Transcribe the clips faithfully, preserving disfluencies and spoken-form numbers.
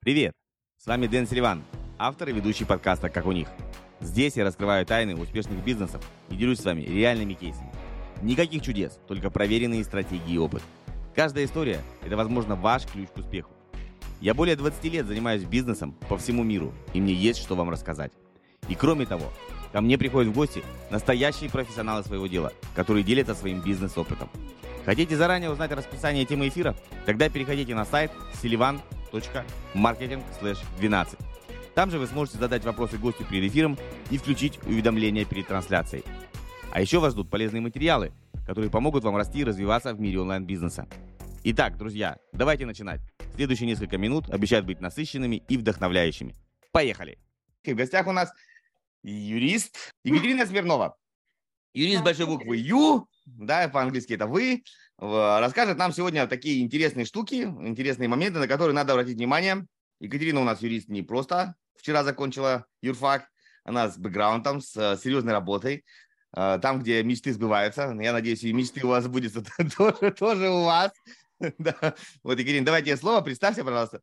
Привет! С вами Дэн Селиван, автор и ведущий подкаста «Как у них». Здесь я раскрываю тайны успешных бизнесов и делюсь с вами реальными кейсами. Никаких чудес, только проверенные стратегии и опыт. Каждая история – это, возможно, ваш ключ к успеху. Я более двадцати лет занимаюсь бизнесом по всему миру, и мне есть что вам рассказать. И кроме того, ко мне приходят в гости настоящие профессионалы своего дела, которые делятся своим бизнес-опытом. Хотите заранее узнать расписание темы эфира? Тогда переходите на сайт селиван точка маркетинг слэш двенадцать. Там же вы сможете задать вопросы гостю перед эфиром и включить уведомления перед трансляцией. А еще вас ждут полезные материалы, которые помогут вам расти и развиваться в мире онлайн-бизнеса. Итак, друзья, давайте начинать. Следующие несколько минут обещают быть насыщенными и вдохновляющими. Поехали! В гостях у нас юрист Екатерина Смирнова. Юрист большой буквы Ю, да, по-английски это вы, расскажет нам сегодня такие интересные штуки, интересные моменты, на которые надо обратить внимание. Екатерина у нас юрист не просто вчера закончила юрфак, она с бэкграундом, с серьезной работой, там, где мечты сбываются. Я надеюсь, и мечты у вас сбудутся тоже, тоже у вас. Да. Вот, Екатерина, давайте слово, представься, пожалуйста.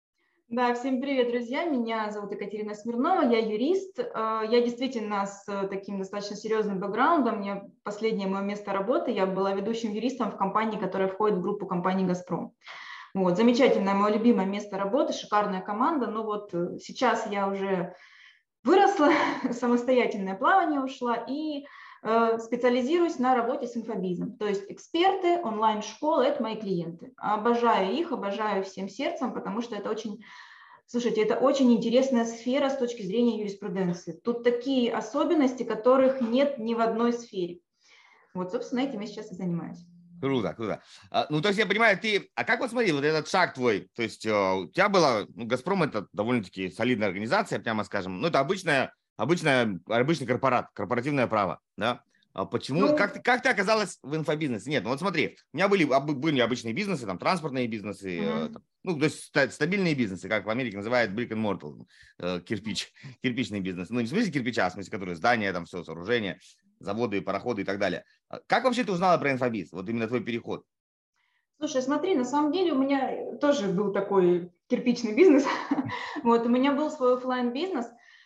Да, всем привет, друзья. Меня зовут Екатерина Смирнова, я юрист. Я действительно с таким достаточно серьезным бэкграундом. У меня последнее мое место работы. Я была ведущим юристом в компании, которая входит в группу компании «Газпром». Вот, замечательное, мое любимое место работы, шикарная команда. Но вот сейчас я уже выросла, в самостоятельное плавание ушла и э, специализируюсь на работе с инфобизом. То есть эксперты, онлайн-школы – это мои клиенты. Обожаю их, обожаю всем сердцем, потому что это очень, слушайте, это очень интересная сфера с точки зрения юриспруденции. Тут такие особенности, которых нет ни в одной сфере. Вот, собственно, этим я сейчас и занимаюсь. Круто, круто. А, ну, то есть я понимаю, ты, а как вот смотри, вот этот шаг твой, то есть э, у тебя было, ну, «Газпром» это довольно-таки солидная организация, прямо скажем, ну, это обычная, обычная, обычный корпорат, корпоративное право, да? А почему, Ну, как, ты, как ты оказалась в инфобизнесе? Нет, ну вот смотри, у меня были, были обычные бизнесы, там, транспортные бизнесы, uh-huh. э, там, ну, то есть стабильные бизнесы, как в Америке называют brick and mortar, э, кирпич, кирпичный бизнес. Ну, не в смысле кирпича, а в смысле, которые здания, там, все, сооружения, заводы, пароходы и так далее. Как вообще ты узнала про инфобиз? Вот именно твой переход. Слушай, смотри, на самом деле у меня тоже был такой кирпичный бизнес. Вот, у меня был свой офлайн-бизнес.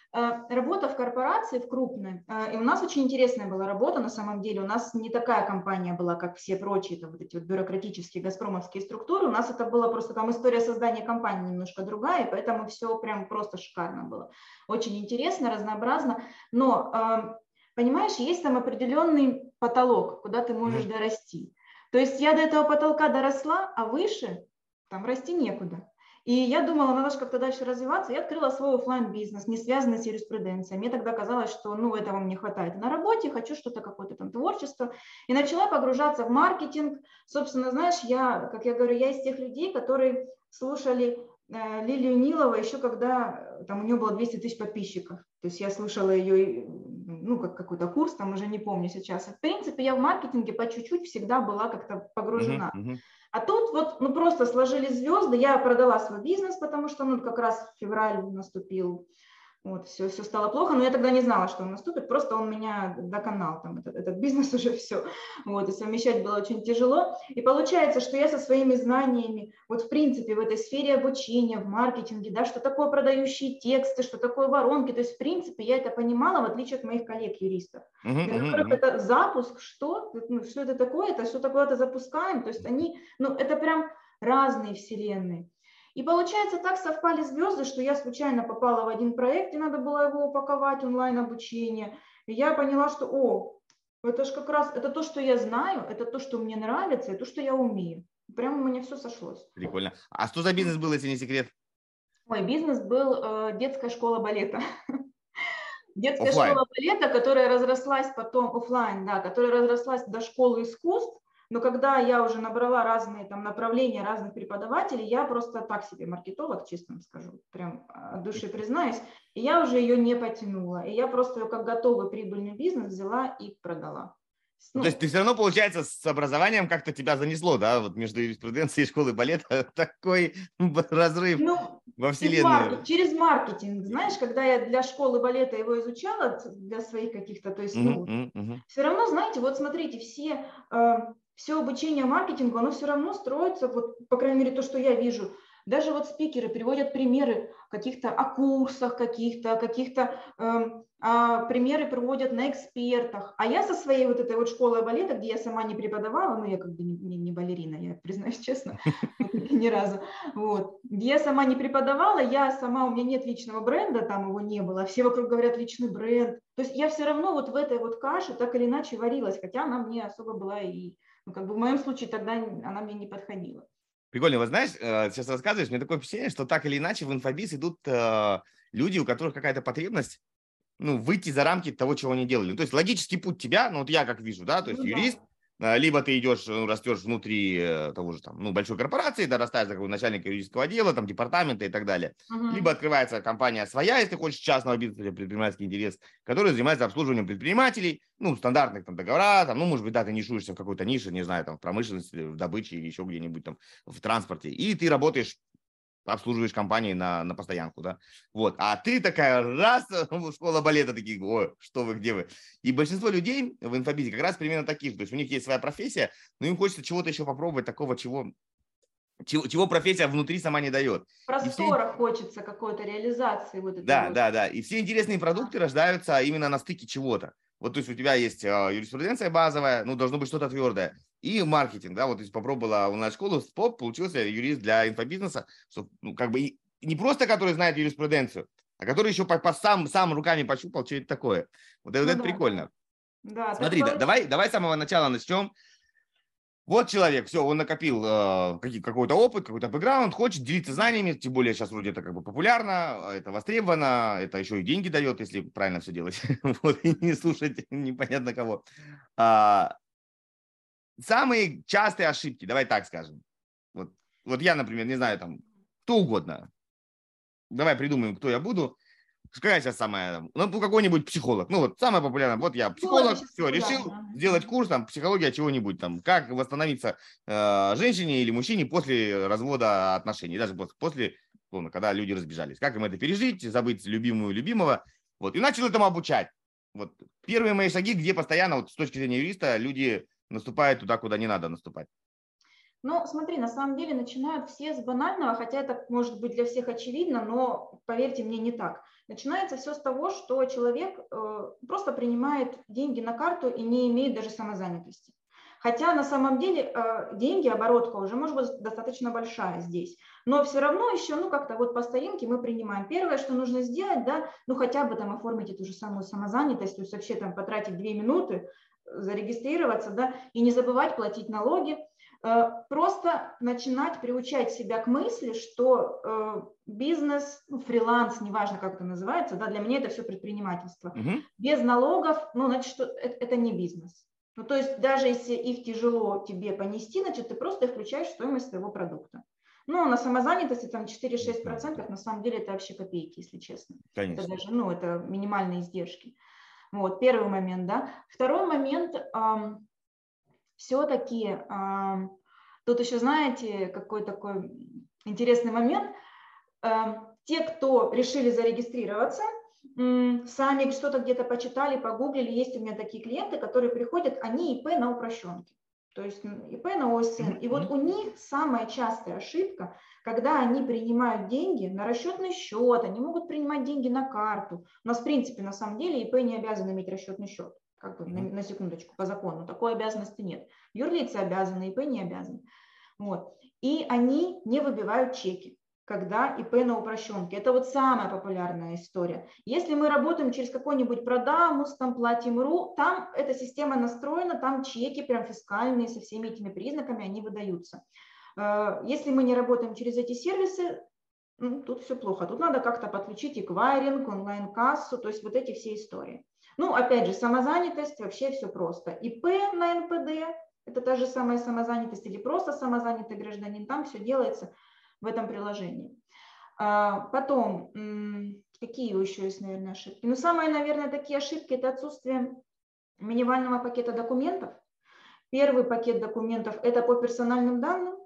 Работа в корпорации, в крупной. И у нас очень интересная была работа, на самом деле. У нас не такая компания была, как все прочие, там, вот эти вот бюрократические газпромовские структуры. У нас это была просто там история создания компании немножко другая, и поэтому все прям просто шикарно было. Очень интересно, разнообразно. Но, понимаешь, есть там определенный потолок, куда ты можешь mm-hmm. дорасти. То есть я до этого потолка доросла, а выше там расти некуда. И я думала, надо же как-то дальше развиваться. Я открыла свой офлайн-бизнес, не связанный с юриспруденцией. Мне тогда казалось, что ну, этого мне хватает на работе, хочу что-то, какое-то там творчество. И начала погружаться в маркетинг. Собственно, знаешь, я, как я говорю, я из тех людей, которые слушали э, Лилию Нилову еще когда там у нее было двести тысяч подписчиков. То есть я слушала ее, ну, как какой-то курс, там уже не помню сейчас. В принципе, я в маркетинге по чуть-чуть всегда была как-то погружена. Uh-huh, uh-huh. А тут вот, ну, просто сложились звезды, я продала свой бизнес, потому что, ну, как раз февраль наступил, вот, все, все стало плохо, но я тогда не знала, что он наступит, просто он меня доконал, там, этот, этот бизнес уже все, вот, и совмещать было очень тяжело, и получается, что я со своими знаниями, вот, в принципе, в этой сфере обучения, в маркетинге, да, что такое продающие тексты, что такое воронки, то есть, в принципе, я это понимала, в отличие от моих коллег-юристов, uh-huh, для которых uh-huh. это запуск, что, ну, что это такое, это что такое-то запускаем, то есть они, ну, это прям разные вселенные. И получается, так совпали звезды, что я случайно попала в один проект, и надо было его упаковать, онлайн-обучение. И я поняла, что, о, это же как раз, это то, что я знаю, это то, что мне нравится, и то, что я умею. Прямо у меня все сошлось. Прикольно. А что за бизнес был, если не секрет? Мой бизнес был э, детская школа балета. Детская Оффлайн. школа балета, которая разрослась потом, офлайн, да, которая разрослась до школы искусств. Но когда я уже набрала разные там направления разных преподавателей, я просто так себе маркетолог, честно скажу, прям от души признаюсь, и я уже ее не потянула. И я просто ее как готовый прибыльный бизнес взяла и продала. Ну, то есть ты все равно, получается, с образованием как-то тебя занесло, да, вот между юриспруденцией и школой балета такой разрыв ну, во вселенную. Через маркетинг, знаешь, когда я для школы балета его изучала, для своих каких-то, то есть, ну, uh-huh, uh-huh. все равно, знаете, вот смотрите, все... Э, все обучение маркетингу, оно все равно строится, вот, по крайней мере, то, что я вижу, Даже вот спикеры приводят примеры каких-то о курсах каких-то, каких-то эм, а, примеры приводят на экспертах. А я со своей вот этой вот школой балета, где я сама не преподавала, ну я как бы не, не, не балерина, я признаюсь честно, ни разу, вот, где я сама не преподавала, я сама, у меня нет личного бренда, там его не было, все вокруг говорят личный бренд. То есть я все равно вот в этой вот каше так или иначе варилась, хотя она мне особо была и, ну как бы в моем случае тогда она мне не подходила. Прикольно, вот знаешь, э, сейчас рассказываешь, мне такое впечатление, что так или иначе в инфобиз идут э, люди, у которых какая-то потребность, ну, выйти за рамки того, чего они делали. Ну, то есть логический путь тебя, ну, вот я как вижу, да, то есть Ну да. юрист, э, либо ты идешь, ну, растешь внутри э, того же там, ну, большой корпорации, да, растаешь за начальника юридического отдела, там, департамента и так далее. Угу. Либо открывается компания своя, если хочешь, частного бизнеса, предпринимательский интерес, который занимается обслуживанием предпринимателей, ну, стандартных там договора, там, ну, может быть, да, ты нишуешься в какой-то нише, не знаю, там, в промышленности, в добыче или еще где-нибудь там, в транспорте, и ты работаешь, обслуживаешь компании на, на постоянку, да, вот, а ты такая раз, школа балета, такие, ой, что вы, где вы, и большинство людей в инфобизе как раз примерно такие же, то есть у них есть своя профессия, но им хочется чего-то еще попробовать, такого, чего, чего, чего профессия внутри сама не дает. Простора все... хочется какой-то реализации вот этой. Да, вот. да, да, и все интересные продукты да. рождаются именно на стыке чего-то. Вот, то есть у тебя есть э, юриспруденция базовая, ну, должно быть что-то твердое, и маркетинг, да, вот, то есть попробовала онлайн-школу, поп, получился юрист для инфобизнеса, что, ну, как бы, и, не просто который знает юриспруденцию, а который еще по, по сам, сам руками пощупал, что это такое. Вот, ну, вот это да, прикольно. Да, Смотри, да, давай, давай с самого начала начнем. Вот человек, все, он накопил э, какой-то опыт, какой-то бэкграунд, хочет делиться знаниями, тем более сейчас вроде это как бы популярно, это востребовано, это еще и деньги дает, если правильно все делать, вот, и не слушать непонятно кого. А, самые частые ошибки, давай так скажем. Вот, вот я, например, не знаю, там, кто угодно. Давай придумаем, кто я буду. Какая сейчас самая, ну, какой-нибудь психолог. Ну, вот самое популярное. Вот я психолог, все, решил сделать курс, там, психология чего-нибудь, там, как восстановиться э, женщине или мужчине после развода отношений, даже после, после, когда люди разбежались. Как им это пережить, забыть любимую, любимого. Вот, и начал этому обучать. Вот, первые мои шаги, где постоянно, вот, с точки зрения юриста, люди наступают туда, куда не надо наступать. Ну, смотри, на самом деле начинают все с банального, хотя это может быть для всех очевидно, но поверьте мне, не так. Начинается все с того, что человек э, просто принимает деньги на карту и не имеет даже самозанятости. Хотя на самом деле э, деньги, оборотка уже может быть достаточно большая здесь. Но все равно еще, ну как-то вот по старинке мы принимаем. Первое, что нужно сделать, да, ну хотя бы там оформить эту же самую самозанятость, то есть вообще там потратить две минуты, зарегистрироваться, да, и не забывать платить налоги. Просто начинать приучать себя к мысли, что э, бизнес, ну, фриланс, неважно, как это называется, да, для меня это все предпринимательство. Угу. Без налогов, ну, значит, что это, это не бизнес. Ну, то есть даже если их тяжело тебе понести, значит, ты просто включаешь в стоимость своего продукта. Ну, на самозанятости там четыре-шесть процентов, на самом деле это вообще копейки, если честно. Конечно. Это даже, ну, это минимальные издержки. Вот, первый момент, да. Второй момент... Э, все-таки э, тут еще, знаете, какой такой интересный момент. Э, те, кто решили зарегистрироваться, э, сами что-то где-то почитали, погуглили, есть у меня такие клиенты, которые приходят, они ИП на упрощенке, то есть ИП на ОСН. И вот у них самая частая ошибка, когда они принимают деньги на расчетный счет, они могут принимать деньги на карту. У нас, в принципе, на самом деле ИП не обязан иметь расчетный счет. Как бы, на, на секундочку, по закону. Такой обязанности нет. Юрлицы обязаны, ИП не обязаны. Вот. И они не выбивают чеки, когда ИП на упрощенке. Это вот самая популярная история. Если мы работаем через какой-нибудь Продамус, там Платим.ру, там эта система настроена, там чеки прям фискальные со всеми этими признаками, они выдаются. Если мы не работаем через эти сервисы, ну, тут все плохо. Тут надо как-то подключить эквайринг, онлайн-кассу, то есть вот эти все истории. Ну, опять же, самозанятость, вообще все просто. ИП на эн пэ дэ, это та же самая самозанятость или просто самозанятый гражданин, там все делается в этом приложении. А, потом, какие еще есть, наверное, ошибки? Ну, самые, наверное, такие ошибки – это отсутствие минимального пакета документов. Первый пакет документов – это по персональным данным.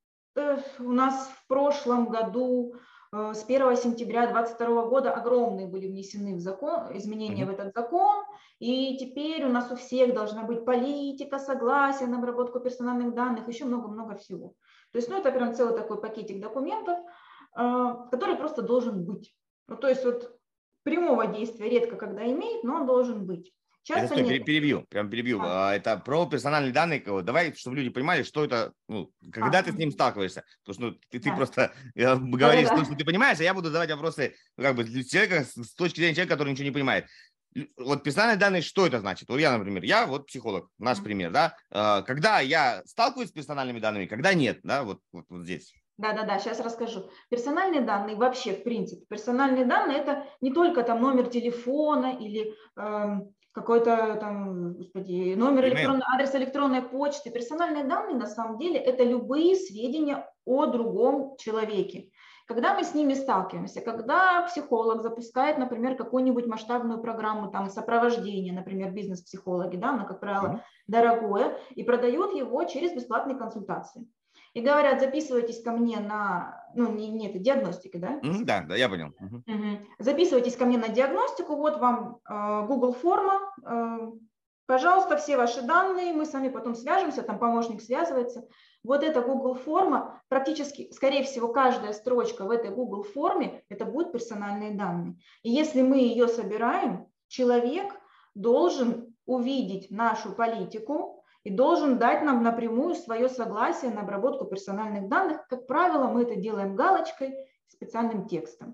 У нас в прошлом году с первого сентября две тысячи двадцать второго года огромные были внесены в закон, изменения mm-hmm. в этот закон, и теперь у нас у всех должна быть политика, согласие на обработку персональных данных, еще много-много всего. То есть, ну, это прям целый такой пакетик документов, который просто должен быть. Ну, то есть вот прямого действия редко когда имеет, но он должен быть. Часто это стой, нет. перебью, прям перебью. А. Это про персональные данные. Давай, чтобы люди понимали, что это, ну, когда а. ты с ним сталкиваешься. Потому что ну, ты, ты да. просто да, говоришь, да, да. что ты понимаешь, а я буду задавать вопросы ну, как бы, для человека с точки зрения человека, который ничего не понимает. Вот персональные данные, что это значит? Вот я, например, я вот психолог, наш mm-hmm. пример, да. Когда я сталкиваюсь с персональными данными, когда нет, да, вот, вот, вот здесь. Да-да-да, сейчас расскажу. Персональные данные вообще, в принципе, персональные данные – это не только там номер телефона или э, какой-то там, господи, номер электронный, адрес электронной почты. Персональные данные на самом деле – это любые сведения о другом человеке. Когда мы с ними сталкиваемся, когда психолог запускает, например, какую-нибудь масштабную программу там, сопровождения, например, бизнес-психологи, да, она, как правило, mm-hmm. дорогое, и продает его через бесплатные консультации. И говорят, записывайтесь ко мне на, ну, не, не это диагностика, да? Mm-hmm, да, да, я понял. Uh-huh. Uh-huh. Записывайтесь ко мне на диагностику, вот вам э, Google форма, э, пожалуйста, все ваши данные, мы с вами потом свяжемся, там помощник связывается. Вот эта Google форма, практически, скорее всего, каждая строчка в этой Google форме, это будут персональные данные. И если мы ее собираем, человек должен увидеть нашу политику, и должен дать нам напрямую свое согласие на обработку персональных данных. Как правило, мы это делаем галочкой, специальным текстом.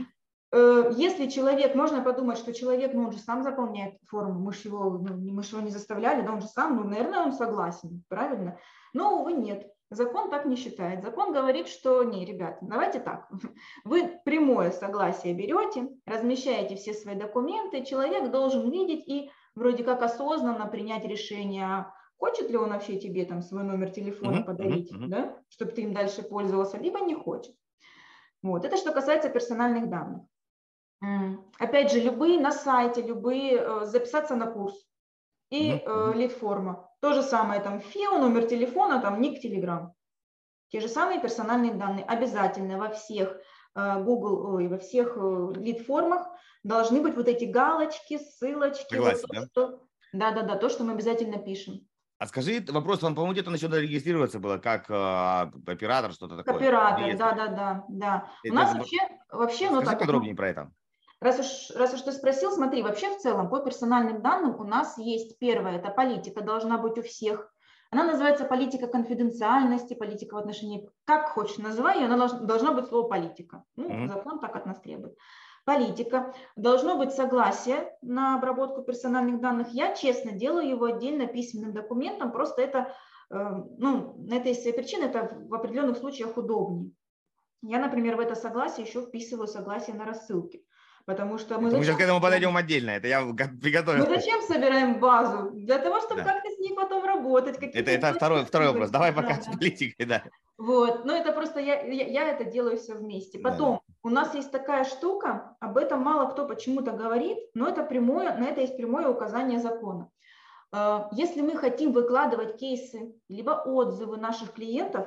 Угу. Если человек, можно подумать, что человек, ну он же сам заполняет форму, мы же его, ну, мы же его не заставляли, да он же сам, ну, наверное, он согласен, правильно? Но, увы, нет. Закон так не считает. Закон говорит, что не, ребята, давайте так. Вы прямое согласие берете, размещаете все свои документы, человек должен видеть и вроде как осознанно принять решение, хочет ли он вообще тебе там свой номер телефона uh-huh, подарить, uh-huh. да, чтобы ты им дальше пользовался, либо не хочет. Вот. Это что касается персональных данных. Опять же, любые на сайте, любые, записаться на курс и uh-huh. лид-форма. То же самое, там, ФИО, номер телефона, там, ник, телеграм. Те же самые персональные данные обязательно во всех Google, ой, во всех лид-формах должны быть вот эти галочки, ссылочки. Согласен, вот то, да? Да-да-да, то, что мы обязательно пишем. А скажи, вопрос, вам, по-моему, где-то начал регистрироваться было, как э, оператор, что-то такое. Оператор, да-да-да. да. У нас вообще, вообще ну, так. Скажи подробнее про это. Раз уж, раз уж ты спросил, смотри, вообще в целом по персональным данным у нас есть первое, это политика должна быть у всех. Она называется политика конфиденциальности, политика в отношении, как хочешь называй ее, она должна, должна быть слово политика. Ну, mm-hmm. закон так от нас требует. Политика. Должно быть согласие на обработку персональных данных. Я, честно, делаю его отдельно письменным документом, просто это, ну, на это есть свои причины, это в определенных случаях удобнее. Я, например, в это согласие еще вписываю согласие на рассылке. Потому что мы, мы сейчас к этому подойдем отдельно, это я приготовил. Мы зачем собираем базу? Для того, чтобы да. как-то с ней потом работать. Это, это второй, второй вопрос, давай пока да, с политикой, да. Вот, но это просто я, я, я это делаю все вместе. Потом, да. у нас есть такая штука, об этом мало кто почему-то говорит, но это прямое, на это есть прямое указание закона. Если мы хотим выкладывать кейсы, либо отзывы наших клиентов,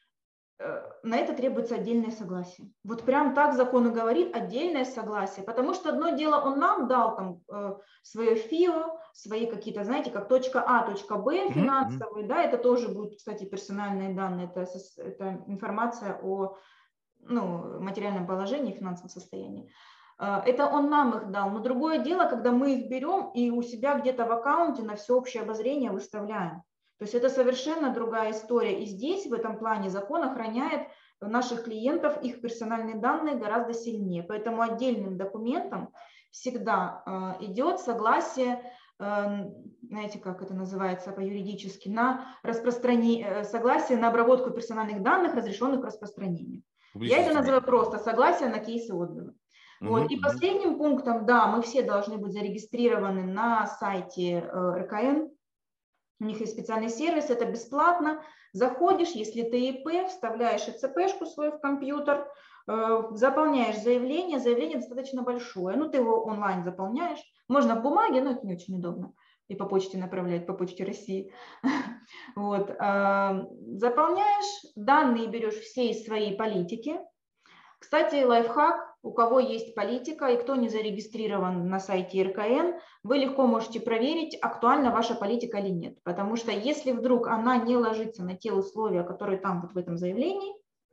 на это требуется отдельное согласие. Вот прям так закон и говорит, отдельное согласие. Потому что одно дело, он нам дал там э, свое ФИО, свои какие-то, знаете, как точка А, точка Б финансовые, mm-hmm. да, это тоже будут, кстати, персональные данные, это, это информация о ну, материальном положении, финансовом состоянии. Э, это он нам их дал. Но другое дело, когда мы их берем и у себя где-то в аккаунте на всеобщее обозрение выставляем. То есть это совершенно другая история. И здесь в этом плане закон охраняет наших клиентов, их персональные данные гораздо сильнее. Поэтому отдельным документом всегда э, идет согласие, э, знаете, как это называется по-юридически, на распространение, согласие на обработку персональных данных, разрешенных к распространению. Я это называю просто согласие на кейсы отзывы. Uh-huh, вот. И uh-huh. последним пунктом, да, мы все должны быть зарегистрированы на сайте э, эр ка эн. У них есть специальный сервис, это бесплатно. Заходишь, если ты и пэ, вставляешь и цэ пэ-шку свою в компьютер, э, заполняешь заявление. Заявление достаточно большое. Ну, ты его онлайн заполняешь. Можно в бумаге, но это не очень удобно. И по почте направлять, по почте России. Вот. Заполняешь, данные берешь все из своей политики. Кстати, лайфхак, у кого есть политика и кто не зарегистрирован на сайте эр ка эн, вы легко можете проверить, актуальна ваша политика или нет. Потому что если вдруг она не ложится на те условия, которые там вот в этом заявлении,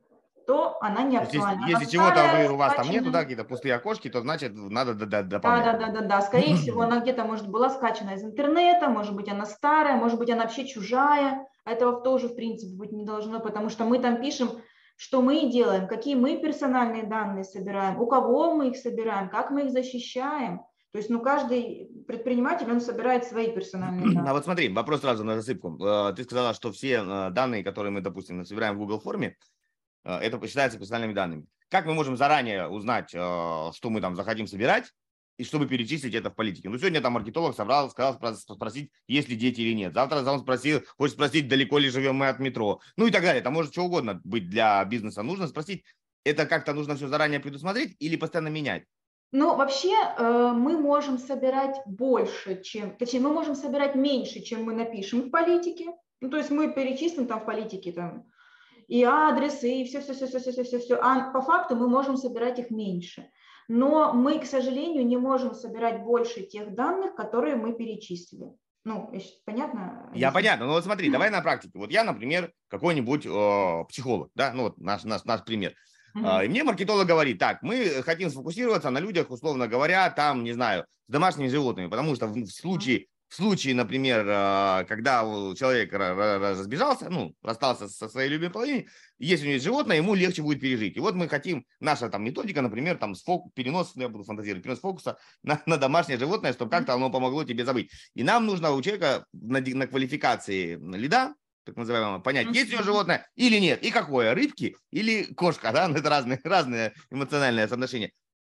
то она не То есть, если, актуальна. Она если чего-то вы, у вас там скачана. нету, да, какие-то пустые окошки, то значит надо д- д- Да, дополнять. да, да, да, да. Скорее всего, она где-то, может, была скачана из интернета, может быть, она старая, может быть, она вообще чужая. Этого тоже, в принципе, быть не должно, потому что мы там пишем, что мы делаем, какие мы персональные данные собираем, у кого мы их собираем, как мы их защищаем. То есть, ну, каждый предприниматель, он собирает свои персональные данные. А вот смотри, вопрос сразу на засыпку. Э, Ты сказала, что все э, данные, которые мы, допустим, собираем в Google форме, э, это считается персональными данными. Как мы можем заранее узнать, э, что мы там захотим собирать, и чтобы перечислить это в политике? Ну, сегодня там маркетолог собрал, сказал спросить, есть ли дети или нет. Завтра он спросил, хочет спросить, далеко ли живем мы от метро. Ну и так далее. Там может что угодно быть для бизнеса. Нужно спросить, это как-то нужно все заранее предусмотреть или постоянно менять? Ну, вообще э, мы можем собирать больше, чем, точнее, мы можем собирать меньше, чем мы напишем в политике. Ну, то есть мы перечислим там в политике там и адресы, и все, все, все, все, все, все, все. А по факту мы можем собирать их меньше. Но мы, к сожалению, не можем собирать больше тех данных, которые мы перечислили. Ну, понятно? Я понятно. Ну вот смотри, давай на практике. Вот я, например, какой-нибудь э, психолог, да, ну вот наш, наш, наш пример. Uh-huh. И мне маркетолог говорит, так, мы хотим сфокусироваться на людях, условно говоря, там, не знаю, с домашними животными, потому что в случае, в случае, например, когда человек разбежался, ну, расстался со своей любимой половиной, если у него есть животное, ему легче будет пережить. И вот мы хотим, наша там методика, например, там фокус, перенос, я буду фантазировать, перенос фокуса на, на домашнее животное, чтобы как-то оно помогло тебе забыть. И нам нужно у человека на, на квалификации лида, так называемое, понять, есть у него животное или нет, и какое, рыбки или кошка, да, это разные, разные эмоциональные соотношения.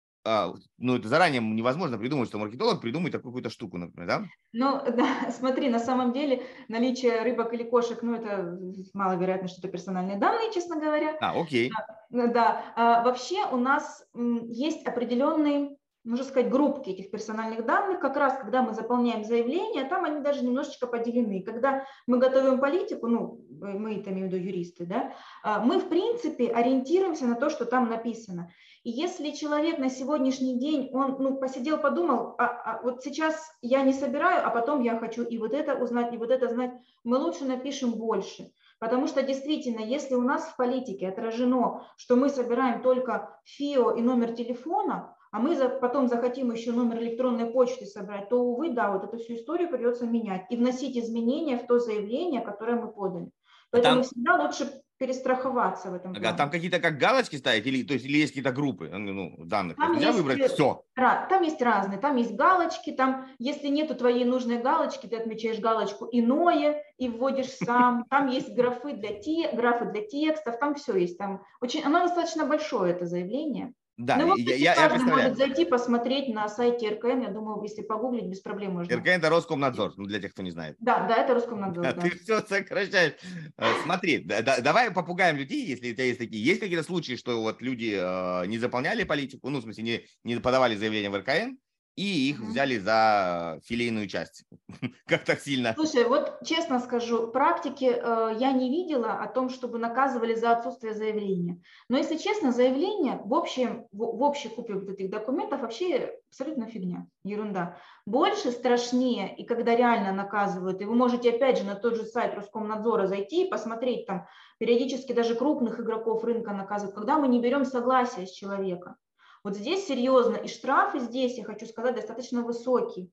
А, ну, это заранее невозможно придумать, что маркетолог придумает такую какую-то штуку, например, да? Ну, да, смотри, на самом деле наличие рыбок или кошек, ну, это маловероятно, что это персональные данные, честно говоря. А, окей. Да, да. А, вообще у нас есть определенные, можно сказать, группки этих персональных данных, как раз когда мы заполняем заявление, там они даже немножечко поделены. Когда мы готовим политику, ну, мы это имею в виду юристы, да, мы, в принципе, ориентируемся на то, что там написано. И если человек на сегодняшний день, он, ну, посидел, подумал, а, а вот сейчас я не собираю, а потом я хочу и вот это узнать, и вот это знать, мы лучше напишем больше. Потому что действительно, если у нас в политике отражено, что мы собираем только ФИО и номер телефона, а мы за, потом захотим еще номер электронной почты собрать, то, увы, да, вот эту всю историю придется менять и вносить изменения в то заявление, которое мы подали. Поэтому там всегда лучше перестраховаться в этом. Ага, там какие-то как галочки ставить, или, то есть, или есть какие-то группы, ну, данных? Там нельзя есть, выбрать все? Там есть разные, там есть галочки, там, если нету твоей нужной галочки, ты отмечаешь галочку «иное» и вводишь сам, там есть графы для, те, графы для текстов, там все есть, там очень, оно достаточно большое, это заявление. Да, ну, я, я, я представляю. Может зайти, посмотреть на сайте эр ка эн, я думаю, если погуглить, без проблем можно. эр ка эн – это Роскомнадзор, ну, для тех, кто не знает. Да, да, это Роскомнадзор. А да. Ты все сокращаешь. Смотри, да, да, давай попугаем людей, если у тебя есть такие. Есть какие-то случаи, что вот люди э, не заполняли политику, ну, в смысле, не, не подавали заявление в эр ка эн, и их mm-hmm. взяли за филейную часть. Как так сильно? Слушай, вот честно скажу, практики э, я не видела о том, чтобы наказывали за отсутствие заявления. Но если честно, заявление в, общем, в, в общей купе вот этих документов вообще абсолютно фигня, ерунда. Больше, страшнее, и когда реально наказывают, и вы можете опять же на тот же сайт Роскомнадзора зайти и посмотреть, там периодически даже крупных игроков рынка наказывают, когда мы не берем согласия с человека. Вот здесь серьезно, и штрафы здесь, я хочу сказать, достаточно высокие.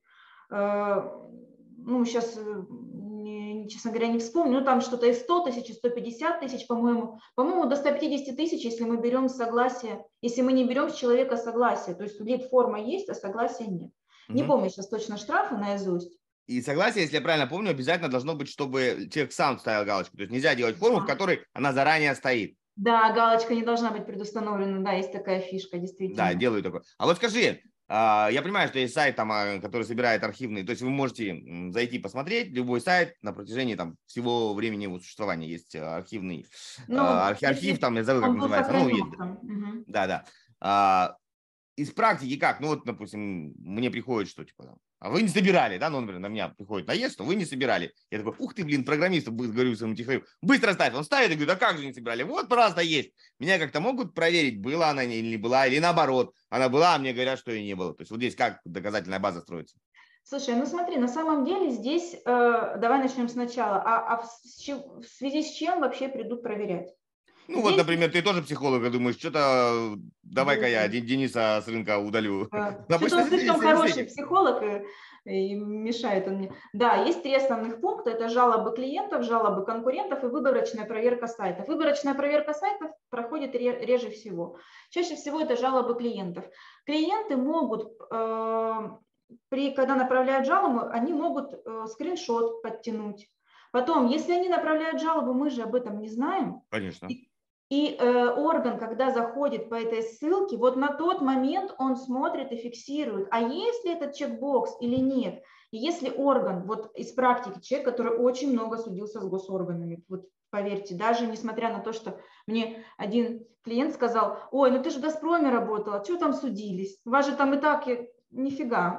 Ну, сейчас, честно говоря, не вспомню, но там что-то и сто тысяч, и сто пятьдесят тысяч, по-моему. По-моему, до ста пятидесяти тысяч, если мы берем согласие, если мы не берем с человека согласие. То есть лид-форма есть, а согласия нет. Угу. Не помню сейчас точно штрафы наизусть. И согласие, если я правильно помню, обязательно должно быть, чтобы человек сам ставил галочку. То есть нельзя делать форму, в которой она заранее стоит. Да, галочка не должна быть предустановлена, да, есть такая фишка, действительно. Да, делаю такое. А вот скажи, я понимаю, что есть сайт, там, который собирает архивные, то есть вы можете зайти посмотреть, любой сайт на протяжении там, всего времени его существования есть архивный, ну, архив, архив, там, я забыл, как называется. Ну, есть. Угу. Да, да. Из практики как? Ну вот, допустим, мне приходит, что типа а вы не собирали, да, ну, например, на меня приходит наезд, что вы не собирали. Я такой, ух ты, блин, программист, говорю своему технарю, быстро ставь. Он ставит и говорит, а как же не собирали? Вот, пожалуйста, есть. Меня как-то могут проверить, была она или не была, или наоборот, она была, а мне говорят, что и не было. То есть вот здесь как доказательная база строится? Слушай, ну смотри, на самом деле здесь, э, давай начнем сначала, а, а в, в связи с чем вообще придут проверять? Ну Здесь... вот, например, ты тоже психолог, и думаешь, что-то давай-ка я Дениса с рынка удалю. Что-то он слишком хороший психолог, и, и мешает он мне. Да, есть три основных пункта. Это жалобы клиентов, жалобы конкурентов и выборочная проверка сайтов. Выборочная проверка сайтов проходит реже всего. Чаще всего это жалобы клиентов. Клиенты могут, э, при, когда направляют жалобу, они могут э, скриншот подтянуть. Потом, если они направляют жалобу, мы же об этом не знаем. Конечно. И, и э, орган, когда заходит по этой ссылке, вот на тот момент он смотрит и фиксирует, а есть ли этот чекбокс или нет. И если орган, вот из практики, человек, который очень много судился с госорганами, вот поверьте, даже несмотря на то, что мне один клиент сказал, ой, ну ты же в «Газпроме» работала, что там судились? У вас же там и так, нифига.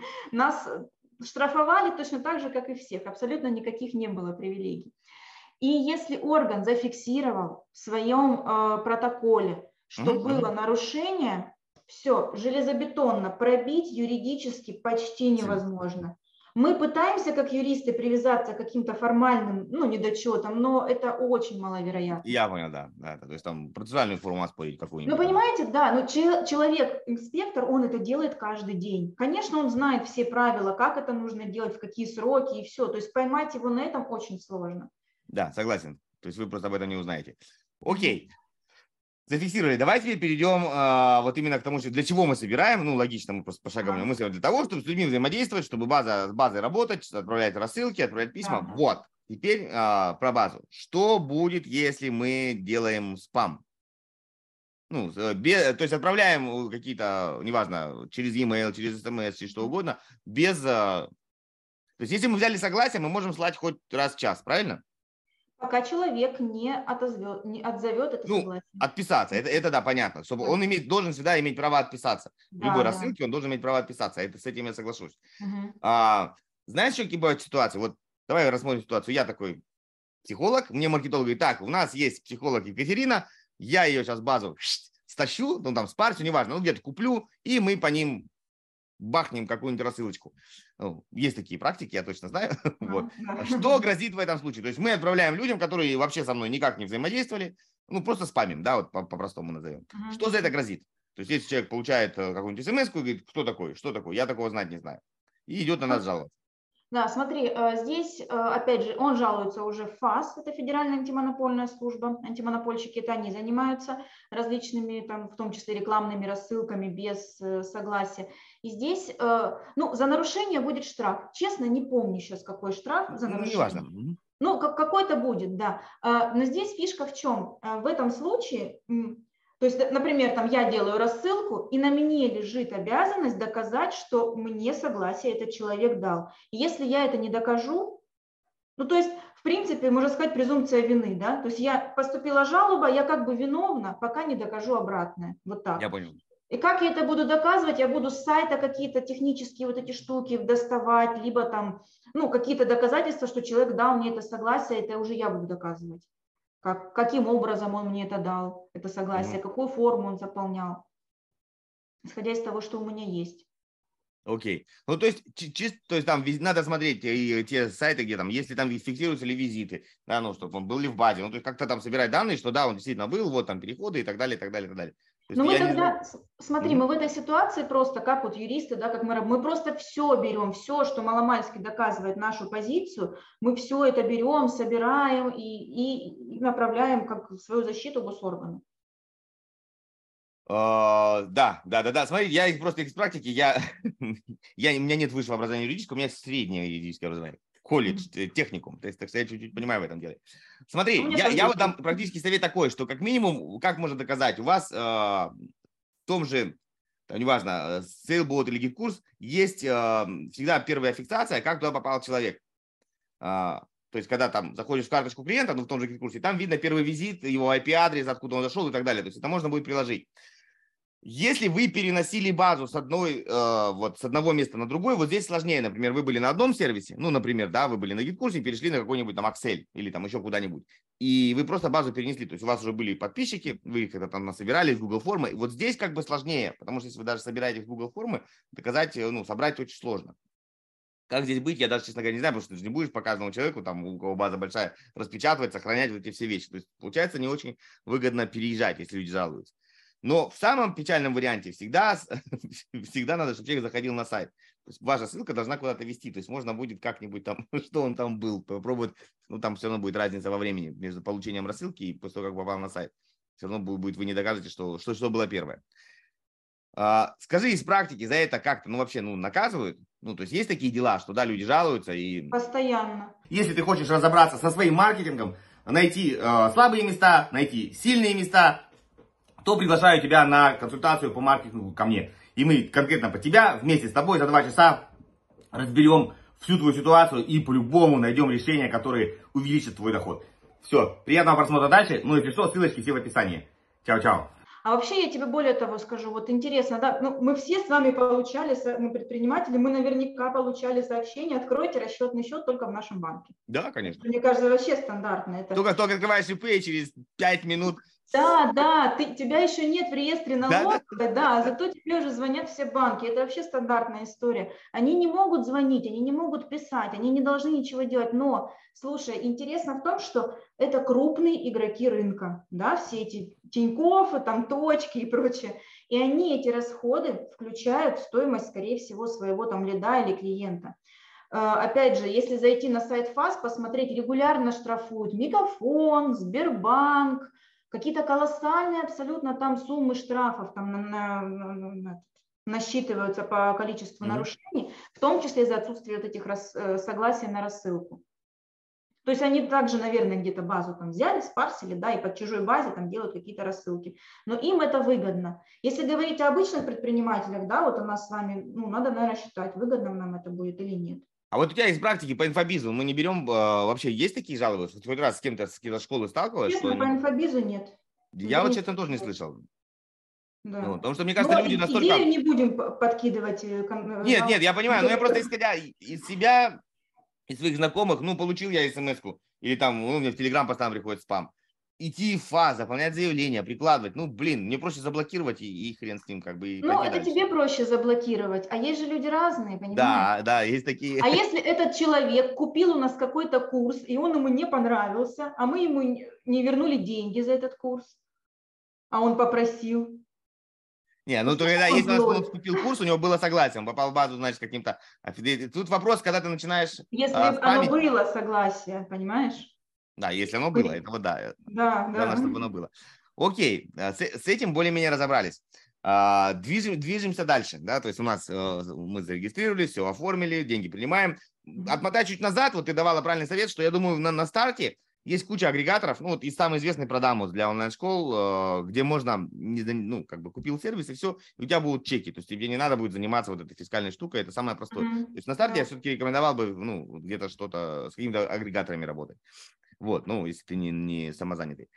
Нас штрафовали точно так же, как и всех, абсолютно никаких не было привилегий. И если орган зафиксировал в своем э, протоколе, что mm-hmm. было нарушение, все, железобетонно пробить юридически почти невозможно. Мы пытаемся, как юристы, привязаться к каким-то формальным, ну, недочетам, но это очень маловероятно. Я понял, да. да. То есть там процессуальную форму оспорить какую-нибудь. Ну, понимаете, да, но человек-инспектор, он это делает каждый день. Конечно, он знает все правила, как это нужно делать, в какие сроки и все. То есть поймать его на этом очень сложно. Да, согласен. То есть вы просто об этом не узнаете. Окей. Зафиксировали. Давайте теперь перейдем э, вот именно к тому, что для чего мы собираем. Ну, логично, мы просто пошагово. Мы собираем для того, чтобы с людьми взаимодействовать, чтобы база, с базой работать, отправлять рассылки, отправлять письма. Ага. Вот. Теперь э, про базу. Что будет, если мы делаем спам? Ну, без, то есть отправляем какие-то, неважно, через e-mail, через смс, что угодно, без... Э, то есть если мы взяли согласие, мы можем слать хоть раз в час, правильно? Пока человек не отозвет, не отзовет это ну, согласие. Отписаться, это, это да, понятно. Чтобы он имеет, должен всегда иметь право отписаться. В да, любой да. рассылке он должен иметь право отписаться. Это, с этим я соглашусь. Угу. А, знаешь, что какие бывают ситуации? Вот давай рассмотрим ситуацию. Я такой психолог, мне маркетолог говорит, так, у нас есть психолог Екатерина, я ее сейчас базу стащу, ну там спарсю, неважно, ну где-то куплю, и мы по ним бахнем какую-нибудь рассылочку. Ну, есть такие практики, я точно знаю. Вот. Что грозит в этом случае? То есть мы отправляем людям, которые вообще со мной никак не взаимодействовали, ну просто спамим, да, вот по-простому назовем. Uh-huh. Что за это грозит? То есть если человек получает какую-нибудь смс-ку и говорит, кто такой, что такое, я такого знать не знаю, и идет на нас жаловаться. Да, смотри, здесь, опять же, он жалуется уже в ФАС, это Федеральная антимонопольная служба, антимонопольщики, это они занимаются различными, там, в том числе рекламными рассылками без согласия. И здесь, ну, за нарушение будет штраф. Честно, не помню сейчас, какой штраф за нарушение. Ну, неважно. Ну, какой-то будет, да. Но здесь фишка в чем? В этом случае... То есть, например, там я делаю рассылку, и на мне лежит обязанность доказать, что мне согласие этот человек дал. И если я это не докажу, ну то есть, в принципе, можно сказать, презумпция вины, да? То есть я поступила жалоба, я как бы виновна, пока не докажу обратное. Вот так. Я понял. И как я это буду доказывать? Я буду с сайта какие-то технические вот эти штуки доставать, либо там, ну, какие-то доказательства, что человек дал мне это согласие, это уже я буду доказывать. Как, каким образом он мне это дал, это согласие, mm-hmm. какую форму он заполнял, исходя из того, что у меня есть. Окей. Okay. Ну, то есть, чисто, то есть там надо смотреть и те сайты, где там, если там фиксируются ли визиты, да, ну, чтобы он был ли в базе, ну, то есть как-то там собирать данные, что да, он действительно был, вот там переходы и так далее, и так далее, и так далее. Ну, мы тогда, не... смотри, mm-hmm. мы в этой ситуации просто, как вот юристы, да, как мы, мы просто все берем, все, что маломальски доказывает нашу позицию, мы все это берем, собираем и, и, и направляем как в свою защиту госоргану. Uh, да, да, да, да. Смотрите, я их просто из практики, я, я, у меня нет высшего образования юридического, у меня среднее юридическое образование. Колледж, mm-hmm. техникум, то есть, так сказать, я чуть-чуть понимаю в этом деле. Смотри, я, я вот дам практический совет такой, что как минимум, как можно доказать, у вас э, в том же, там, неважно, Sailboat или GitKurs, есть э, всегда первая фиксация, как туда попал человек. Э, то есть, когда там заходишь в карточку клиента, ну, в том же GitKurs, там видно первый визит, его ай пи-адрес, откуда он зашел и так далее. То есть, это можно будет приложить. Если вы переносили базу с, одной, э, вот, с одного места на другое, вот здесь сложнее. Например, вы были на одном сервисе, ну, например, да, вы были на гид-курсе и перешли на какой-нибудь там Excel или там еще куда-нибудь. И вы просто базу перенесли. То есть у вас уже были подписчики, вы их там насобирали из Google формы. И вот здесь как бы сложнее, потому что если вы даже собираете в Google формы, доказать, ну, собрать очень сложно. Как здесь быть, я даже, честно говоря, не знаю, потому что ты же не будешь показанному человеку, там, у кого база большая, распечатывать, сохранять вот эти все вещи. То есть, получается, не очень выгодно переезжать, если люди жалуются. Но в самом печальном варианте всегда, всегда надо, чтобы человек заходил на сайт. То есть ваша ссылка должна куда-то вести. То есть можно будет как-нибудь там, что он там был, попробовать, ну там все равно будет разница во времени между получением рассылки и после того, как попал на сайт. Все равно будет, вы не докажете, что, что, что было первое. А, скажи из практики, за это как-то, ну вообще, ну наказывают? Ну то есть есть такие дела, что да, люди жалуются и... Постоянно. Если ты хочешь разобраться со своим маркетингом, найти э, слабые места, найти сильные места, то приглашаю тебя на консультацию по маркетингу ко мне. И мы конкретно по тебя вместе с тобой за два часа разберем всю твою ситуацию и по-любому найдем решение, которое увеличит твой доход. Все, приятного просмотра дальше. Ну и если что, ссылочки все в описании. Чао-чао. А вообще я тебе более того скажу, вот интересно, да, ну, мы все с вами получали, мы предприниматели, мы наверняка получали сообщение, откройте расчетный счет только в нашем банке. Да, конечно. Мне кажется, вообще стандартно. Это... Только, только открываешь ИП и через пять минут... Да, да, ты, тебя еще нет в реестре налоговой, Да, да. да, зато тебе уже звонят все банки. Это вообще стандартная история. Они не могут звонить, они не могут писать, они не должны ничего делать. Но, слушай, интересно в том, что это крупные игроки рынка, да, все эти Тинькофф, там точки и прочее. И они эти расходы включают в стоимость, скорее всего, своего там лида или клиента. Опять же, если зайти на сайт ФАС, посмотреть, регулярно штрафуют Мегафон, Сбербанк, какие-то колоссальные абсолютно там суммы штрафов там на, на, на, насчитываются по количеству mm-hmm. нарушений, в том числе за отсутствие вот этих рас, согласий на рассылку. То есть они также, наверное, где-то базу там взяли, спарсили, да, и под чужой базе там делают какие-то рассылки. Но им это выгодно. Если говорить о обычных предпринимателях, да, вот у нас с вами, ну, надо, наверное, считать, выгодно нам это будет или нет. А вот у тебя из практики по инфобизу мы не берем, э, вообще есть такие жалобы? Хоть хоть раз с кем-то с какой-то школы сталкивалась? Честно, по они... инфобизу нет. Я не вот, честно, тоже не слышал. Да. Ну, потому что, мне кажется, но люди настолько... Идею не будем подкидывать. Нет, нет, я понимаю, но я просто исходя из себя, из своих знакомых, ну, получил я смс-ку, или там, ну, мне в Телеграм постоянно приходит спам. Идти в ФАС, заполнять заявление, прикладывать. Ну, блин, мне проще заблокировать и, и хрен с ним, как бы. И ну, это дальше. тебе проще заблокировать, а есть же люди разные, понимаешь? Да, да, есть такие. А если этот человек купил у нас какой-то курс, и он ему не понравился, а мы ему не вернули деньги за этот курс, а он попросил. Не, ну, то когда если он купил курс, у него было согласие, он попал в базу, значит, каким-то... Тут вопрос, когда ты начинаешь... Если а, оно было согласие, понимаешь? Да, если оно было, этого да. Да, да. Главное, чтобы оно было. Окей, с, с этим более-менее разобрались. А, движем, движемся дальше, да, то есть у нас мы зарегистрировались, все оформили, деньги принимаем. Отмотай чуть назад, вот ты давала правильный совет, что я думаю, на, на старте есть куча агрегаторов, ну вот и самый известный Продамус для онлайн-школ, где можно, ну, как бы купил сервис и все, и у тебя будут чеки, то есть тебе не надо будет заниматься вот этой фискальной штукой, это самое простое. Mm-hmm. То есть на старте yeah. я все-таки рекомендовал бы, ну, где-то что-то с какими-то агрегаторами работать. Вот, ну, если ты не, не самозанятый.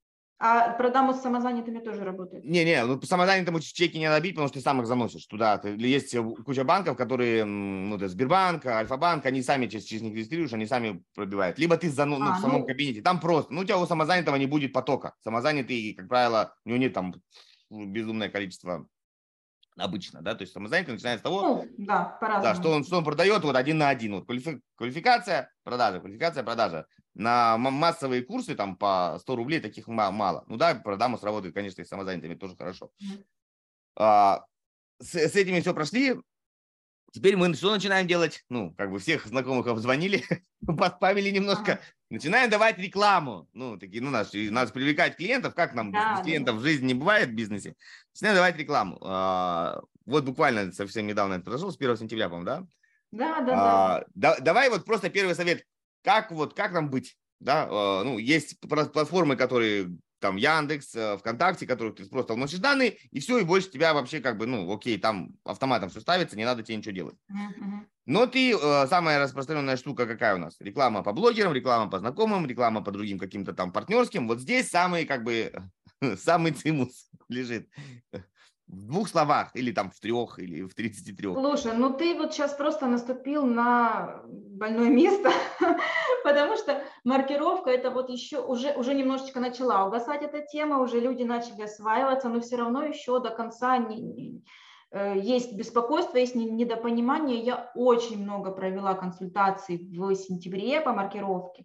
А Продамус с самозанятыми тоже работает? Не-не, ну, самозанятым чеки не надо бить, потому что ты сам их заносишь туда. Есть куча банков, которые, ну, это Сбербанк, Альфа-банк, они сами через, через них регистрируешь, они сами пробивают. Либо ты зано, а, ну, в самом ну... кабинете, там просто, ну, у тебя у самозанятого не будет потока. Самозанятый, как правило, у него нет там безумное количество обычно, да, то есть самозанятый начинает с того, ну, да, да, что, он, что он продает вот один на один, вот квалифи, квалификация, продажа, квалификация, продажа. На массовые курсы там по сто рублей таких мало. Ну да, Продамус работает, конечно, и с самозанятыми тоже хорошо. Mm-hmm. А, с, с этими все прошли. Теперь мы что начинаем делать? Ну, как бы всех знакомых обзвонили, подпавили немножко. Ага. Начинаем давать рекламу. Ну, такие, ну, нас, нас привлекать клиентов. Как нам да, без клиентов да. в жизни не бывает в бизнесе. Начинаем давать рекламу. А, вот буквально совсем недавно это произошло, с первого сентября, по-моему, да? Да, да, а, да. да. Давай вот просто первый совет. Как вот, как нам быть? Да? А, ну, есть платформы, которые... там Яндекс, ВКонтакте, которых ты просто вносишь данные, и все, и больше тебя вообще как бы, ну, окей, там автоматом все ставится, не надо тебе ничего делать. Uh-huh. Но ты, э, самая распространенная штука какая у нас? Реклама по блогерам, реклама по знакомым, реклама по другим каким-то там партнерским. Вот здесь самые как бы самый цимус лежит. В двух словах, или там в трех, или в тридцати трех. Слушай, ну ты вот сейчас просто наступил на больное место, потому что маркировка это вот еще уже, уже немножечко начала угасать эта тема, уже люди начали осваиваться, но все равно еще до конца не, не, есть беспокойство, есть недопонимание. Я очень много провела консультаций в сентябре по маркировке.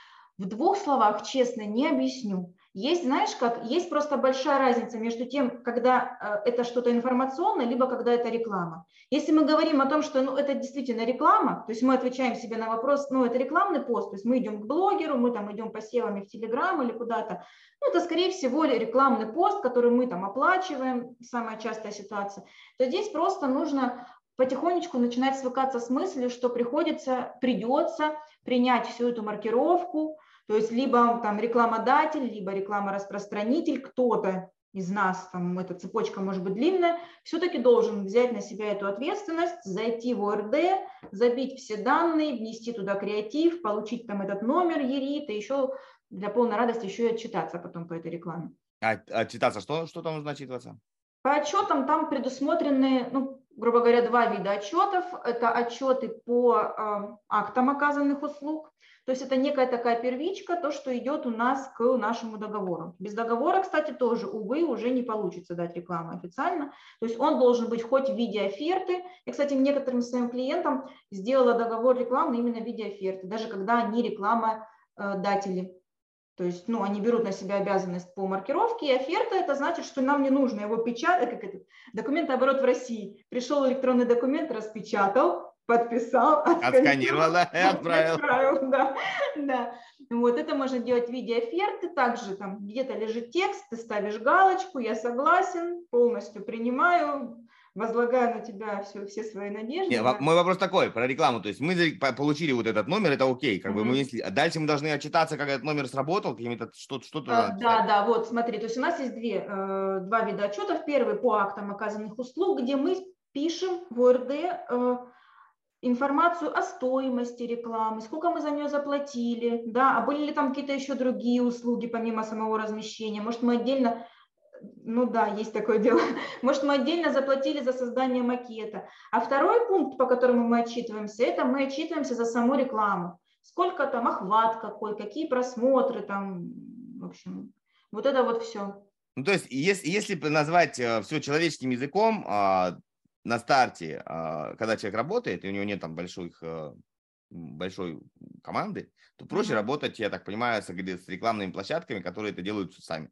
В двух словах, честно, не объясню. Есть, знаешь, как, есть просто большая разница между тем, когда э, это что-то информационное, либо когда это реклама. Если мы говорим о том, что ну, это действительно реклама, то есть мы отвечаем себе на вопрос, ну, это рекламный пост, то есть мы идем к блогеру, мы там идем посевами в Телеграм или куда-то, ну, это, скорее всего, рекламный пост, который мы там оплачиваем, самая частая ситуация, то здесь просто нужно потихонечку начинать свыкаться с мыслью, что приходится, придется принять всю эту маркировку. То есть либо там рекламодатель, либо рекламораспространитель, кто-то из нас, там эта цепочка может быть длинная, все-таки должен взять на себя эту ответственность, зайти в о эр дэ, забить все данные, внести туда креатив, получить там этот номер ЕРИТ, и еще для полной радости еще и отчитаться потом по этой рекламе. А отчитаться, что, что там нужно отчитываться? По отчетам там предусмотрены, ну, грубо говоря, два вида отчетов. Это отчеты по э, актам оказанных услуг. То есть это некая такая первичка, то, что идет у нас к нашему договору. Без договора, кстати, тоже, увы, уже не получится дать рекламу официально. То есть он должен быть хоть в виде оферты. Я, кстати, некоторым своим клиентам сделала договор рекламный именно в виде оферты, даже когда они рекламодатели. То есть, ну, они берут на себя обязанность по маркировке, и оферта это значит, что нам не нужно его печатать, как этот документооборот в России. Пришел электронный документ, распечатал, подписал, отсканировал и отправил. отправил да, да. Вот это можно делать в виде оферты. Также там где-то лежит текст, ты ставишь галочку, я согласен, полностью принимаю, возлагаю на тебя все, все свои надежды. Нет, да. Мой вопрос такой, про рекламу. То есть мы получили вот этот номер, это окей. Как mm-hmm. бы мы, если, а дальше мы должны отчитаться, как этот номер сработал, какими-то что-то. что-то а, да, да, вот смотри, то есть у нас есть две, э, два вида отчетов. Первый по актам оказанных услуг, где мы пишем в о эр дэ э, информацию о стоимости рекламы, сколько мы за нее заплатили, да, а были ли там какие-то еще другие услуги помимо самого размещения. Может, мы отдельно... Ну да, есть такое дело. Может, мы отдельно заплатили за создание макета. А второй пункт, по которому мы отчитываемся, это мы отчитываемся за саму рекламу. Сколько там охват какой, какие просмотры там, в общем, вот это вот все. Ну, то есть, если, если назвать все человеческим языком, на старте, когда человек работает, и у него нет там больших, большой команды, то проще mm-hmm. работать, я так понимаю, с, с рекламными площадками, которые это делают сами.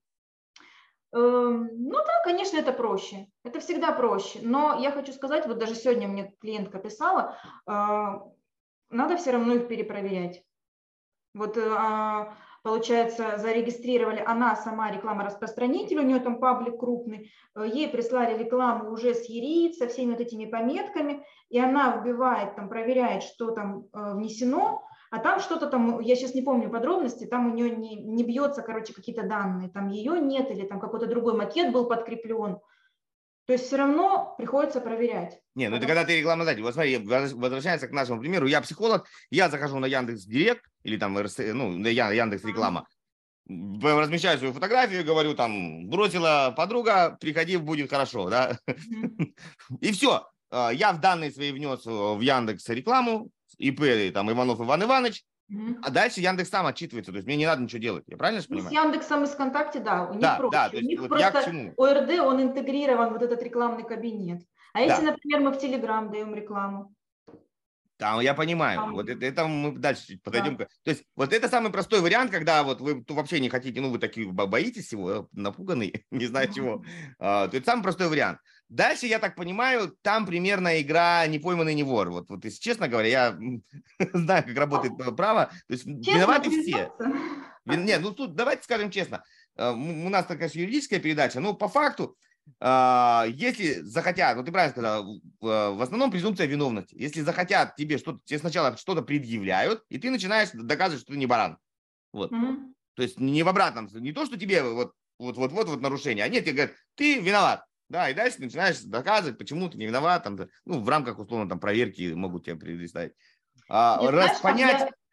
Ну да, конечно, это проще. Это всегда проще. Но я хочу сказать, вот даже сегодня мне клиентка писала, надо все равно их перепроверять. Вот получается, зарегистрировали она сама рекламораспространитель, у нее там паблик крупный, ей прислали рекламу уже с ЕРИТ, со всеми вот этими пометками, и она вбивает, там, проверяет, что там внесено, а там что-то там, я сейчас не помню подробности, там у нее не, не бьется, короче, какие-то данные, там ее нет, или там какой-то другой макет был подкреплен. То есть все равно приходится проверять. Не, ну это когда ты рекламодатель. Вот смотри, возвращаясь к нашему примеру, я психолог, я захожу на Яндекс.Директ или там ну, на Яндекс.Реклама, mm-hmm. размещаю свою фотографию, говорю там, бросила подруга, приходи, будет хорошо, да. Mm-hmm. И все. Я в данные свои внес в Яндекс.Рекламу, ИП там Иванов Иван Иванович, mm-hmm. а дальше Яндекс сам отчитывается, то есть мне не надо ничего делать, я правильно ну, понимаю? С Яндексом и с ВКонтакте, да, у них да, проще, да, у них вот просто о эр дэ, он интегрирован, вот этот рекламный кабинет, а если, да. например, мы в Телеграм даем рекламу? Там, я понимаю, Там... вот это, это мы дальше подойдем. Да. То есть вот это самый простой вариант, когда вот вы вообще не хотите, ну вы такие боитесь всего, напуганные, не знаю чего, а, то это самый простой вариант. Дальше, я так понимаю, там примерно игра «не пойманный, не вор». Вот, вот если честно говоря, я знаю, как работает право, то есть честно виноваты все. Нет, ну тут давайте скажем честно, у нас такая юридическая передача, но по факту, если захотят, вот ты правильно сказал, в основном презумпция виновности. Если захотят тебе что-то, тебе сначала что-то предъявляют, и ты начинаешь доказывать, что ты не баран. Вот. Mm-hmm. То есть не в обратном, не то, что тебе вот вот вот вот, вот нарушение, а нет, тебе говорят, ты виноват. Да, и дальше ты начинаешь доказывать, почему ты не виноват, там, ну, в рамках, условно, там, проверки могут тебя предоставить. А, Нет, раз знаешь, понять,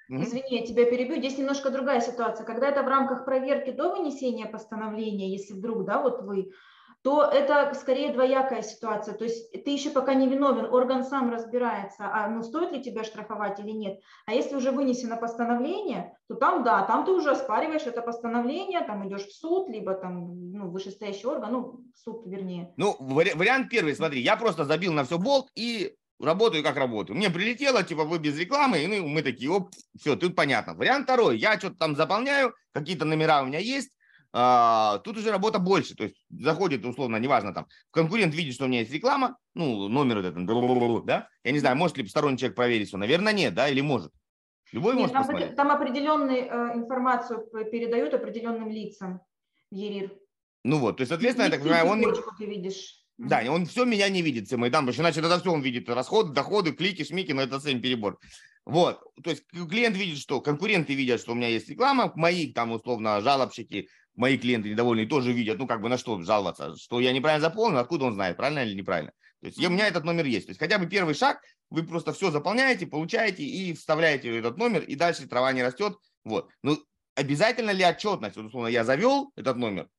извини, я тебя перебью, здесь немножко другая ситуация. Когда это в рамках проверки до вынесения постановления, если вдруг, да, вот вы, то это скорее двоякая ситуация. То есть ты еще пока не виновен, орган сам разбирается, а ну стоит ли тебя штрафовать или нет. А если уже вынесено постановление, то там, да, там ты уже оспариваешь это постановление, там идешь в суд, либо там, ну, вышестоящий орган, ну, в суд вернее. Ну, вари- вариант первый, смотри, я просто забил на все болт и работаю как работаю. Мне прилетело, типа, вы без рекламы, и ну, мы такие, оп, все, тут понятно. Вариант второй, я что-то там заполняю, какие-то номера у меня есть, а, тут уже работа больше, то есть заходит, условно, неважно, там, конкурент видит, что у меня есть реклама, ну, номер этот, да, я не знаю, может ли сторонний человек проверить все, наверное, нет, да, или может. Любой Нет, может там, посмотреть. там определенную э, информацию передают определенным лицам в ЕРИР. Ну вот, то есть, соответственно, я так Всю понимаю, он... цепочку ты видишь. Да, он все меня не видит, все мои там, иначе это все он видит, расходы, доходы, клики, шмики, но это совсем перебор. Вот, то есть клиент видит, что конкуренты видят, что у меня есть реклама, мои там условно жалобщики, мои клиенты недовольные тоже видят, ну как бы на что жаловаться, что я неправильно заполнил, откуда он знает, правильно или неправильно. То есть у меня этот номер есть, то есть хотя бы первый шаг, вы просто все заполняете, получаете и вставляете этот номер, и дальше трава не растет. Вот, ну обязательно ли отчетность, вот, условно, я завел этот номер,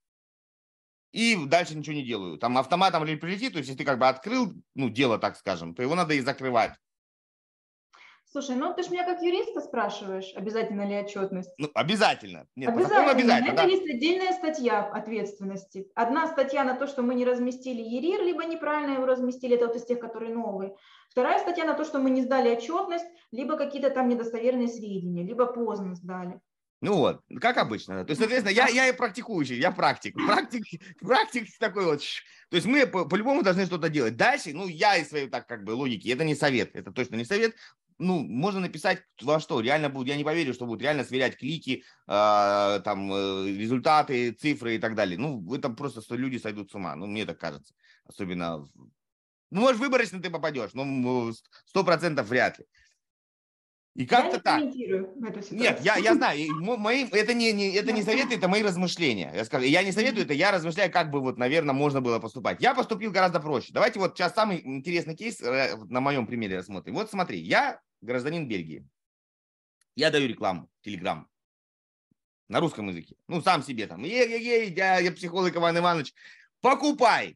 и дальше ничего не делаю. Там автоматом или прилетит, то есть если ты как бы открыл, ну, дело, так скажем, то его надо и закрывать. Слушай, ну ты ж меня как юриста спрашиваешь, обязательно ли отчетность? Ну, обязательно. Нет, обязательно. обязательно, Это да. есть отдельная статья ответственности. Одна статья на то, что мы не разместили ЕРИР, либо неправильно его разместили, это вот из тех, которые новые. Вторая статья на то, что мы не сдали отчетность, либо какие-то там недостоверные сведения, либо поздно сдали. Ну вот, как обычно. То есть, соответственно, я, я и практикующий, я практик. Практик, практик такой вот. То есть мы по- по-любому должны что-то делать. Дальше, ну, я из своей так как бы логики, это не совет, это точно не совет. Ну, можно написать во что, реально будет, я не поверю, что будут реально сверять клики, э, там, э, результаты, цифры и так далее. Ну, вы там просто, что люди сойдут с ума, ну, мне так кажется. Особенно, ну, может, выборочно ты попадешь, но сто процентов вряд ли. И как-то я не так. комментирую эту ситуацию. Нет, я, я знаю, мои, это, не, не, это не советы, это мои размышления. Я, скажу, я не советую, это я размышляю, как бы, вот, наверное, можно было поступать. Я поступил гораздо проще. Давайте вот сейчас самый интересный кейс на моем примере рассмотрим. Вот смотри, я гражданин Бельгии. Я даю рекламу, Telegram, на русском языке. Ну, сам себе там. Ей-ей-ей, я, я психолог Иван Иванович, покупай.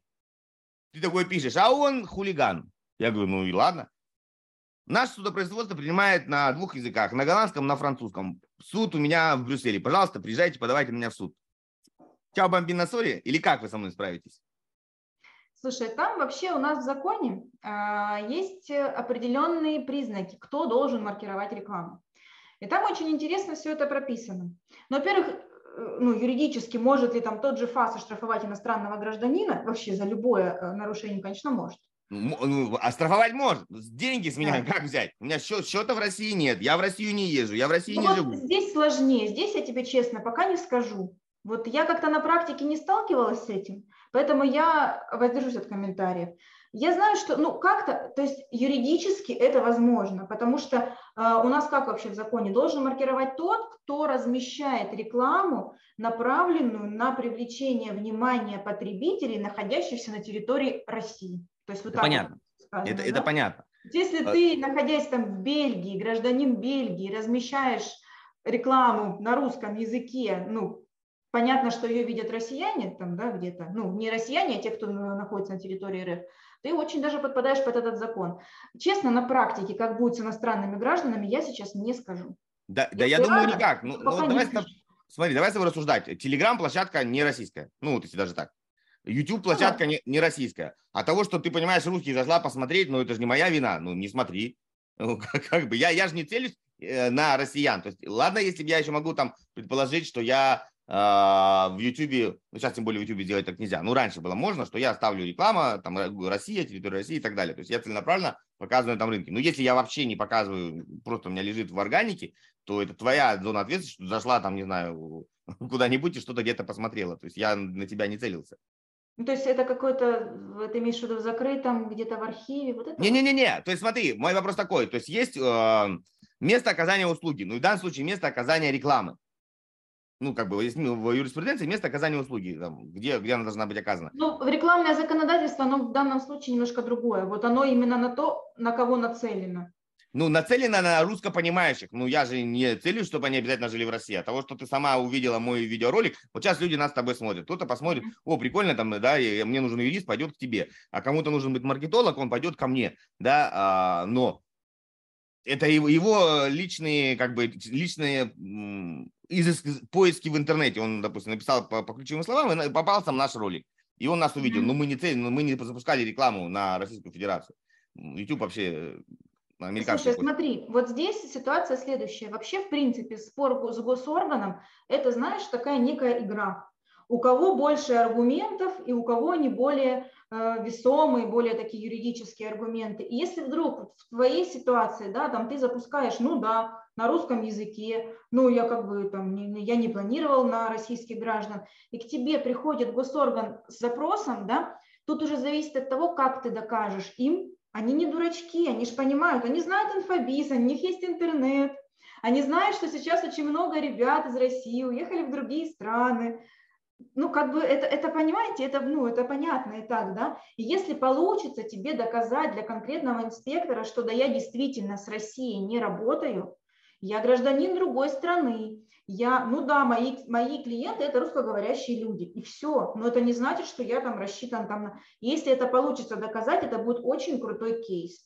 Ты такой пишешь, а он хулиган. Я говорю, ну и ладно. Наше судопроизводство принимает на двух языках, на голландском, на французском. Суд у меня в Брюсселе. Пожалуйста, приезжайте, подавайте меня в суд. Чао, бомбина сори? Или как вы со мной справитесь? Слушай, там вообще у нас в законе а, есть определенные признаки, кто должен маркировать рекламу. И там очень интересно все это прописано. Но, во-первых, ну, юридически может ли там тот же ФАС оштрафовать иностранного гражданина? Вообще за любое нарушение, конечно, может. Ну, а штрафовать может. Деньги с меня да. Как взять? У меня счет, счета в России нет. Я в Россию не езжу, я в России ну, не вот живу. Здесь сложнее. Здесь я тебе честно пока не скажу. Вот я как-то на практике не сталкивалась с этим, поэтому я воздержусь от комментариев. Я знаю, что, ну, как-то, то есть юридически это возможно, потому что э, у нас как вообще в законе должен маркировать тот, кто размещает рекламу, направленную на привлечение внимания потребителей, находящихся на территории России. То есть вот это так понятно. Вот сказано, это, да? это понятно. Если ты, находясь там в Бельгии, гражданин Бельгии, размещаешь рекламу на русском языке, ну, понятно, что ее видят россияне там, да, где-то, ну, не россияне, а те, кто находится на территории РФ, ты очень даже подпадаешь под этот закон. Честно, на практике, как будет с иностранными гражданами, я сейчас не скажу. Да, да я думаю, никак. Ну, ну, давай, не смотри, давай с тобой рассуждать. Телеграм-площадка не российская. Ну, вот если даже так. YouTube-площадка не, не российская. А того, что ты, понимаешь, русский зашла посмотреть, ну, это же не моя вина. Ну, не смотри. Ну, как, как бы, я, я же не целюсь э, на россиян. То есть, ладно, если бы я еще могу там предположить, что я э, в YouTube, ну, сейчас тем более в YouTube делать так нельзя. Ну, раньше было можно, что я ставлю реклама, там, Россия, территория России и так далее. То есть, я целенаправленно показываю там рынки. Но если я вообще не показываю, просто у меня лежит в органике, то это твоя зона ответственности, что зашла там, не знаю, куда-нибудь и что-то где-то посмотрела. То есть, я на тебя не целился. Ну, то есть это какой-то, ты имеешь в виду в закрытом, где-то в архиве? Вот это Не-не-не, то есть смотри, мой вопрос такой, то есть есть э, место оказания услуги, ну в данном случае место оказания рекламы. Ну, как бы в юриспруденции место оказания услуги, там, где, где она должна быть оказана. Ну, рекламное законодательство, оно в данном случае немножко другое. Вот оно именно на то, на кого нацелено. Ну, нацелена на русскопонимающих. Ну, я же не целюсь, чтобы они обязательно жили в России. А того, что ты сама увидела мой видеоролик, вот сейчас люди нас с тобой смотрят. Кто-то посмотрит, о, прикольно там, да, и мне нужен юрист, пойдет к тебе. А кому-то нужен быть маркетолог, он пойдет ко мне, да, а, но это его, его личные, как бы, личные изыск, поиски в интернете. Он, допустим, написал по, по ключевым словам и попался в наш ролик. И он нас увидел. Но мы не цель, мы не запускали рекламу на Российскую Федерацию. YouTube вообще... Слушай, смотри, вот здесь ситуация следующая. Вообще, в принципе, спор с госорганом – это, знаешь, такая некая игра. У кого больше аргументов и у кого они более э, весомые, более такие юридические аргументы. И если вдруг в твоей ситуации, да, там ты запускаешь, ну да, на русском языке, ну я как бы там, не, я не планировал на российских граждан, и к тебе приходит госорган с запросом, да, тут уже зависит от того, как ты докажешь им. Они не дурачки, они же понимают, они знают инфобиз, у них есть интернет, они знают, что сейчас очень много ребят из России уехали в другие страны. Ну, как бы это, это понимаете, это, ну, это понятно и так, да. И если получится тебе доказать для конкретного инспектора, что да, я действительно с Россией не работаю, я гражданин другой страны, я, ну да, мои, мои клиенты – это русскоговорящие люди, и все. Но это не значит, что я там рассчитан там на... Если это получится доказать, это будет очень крутой кейс.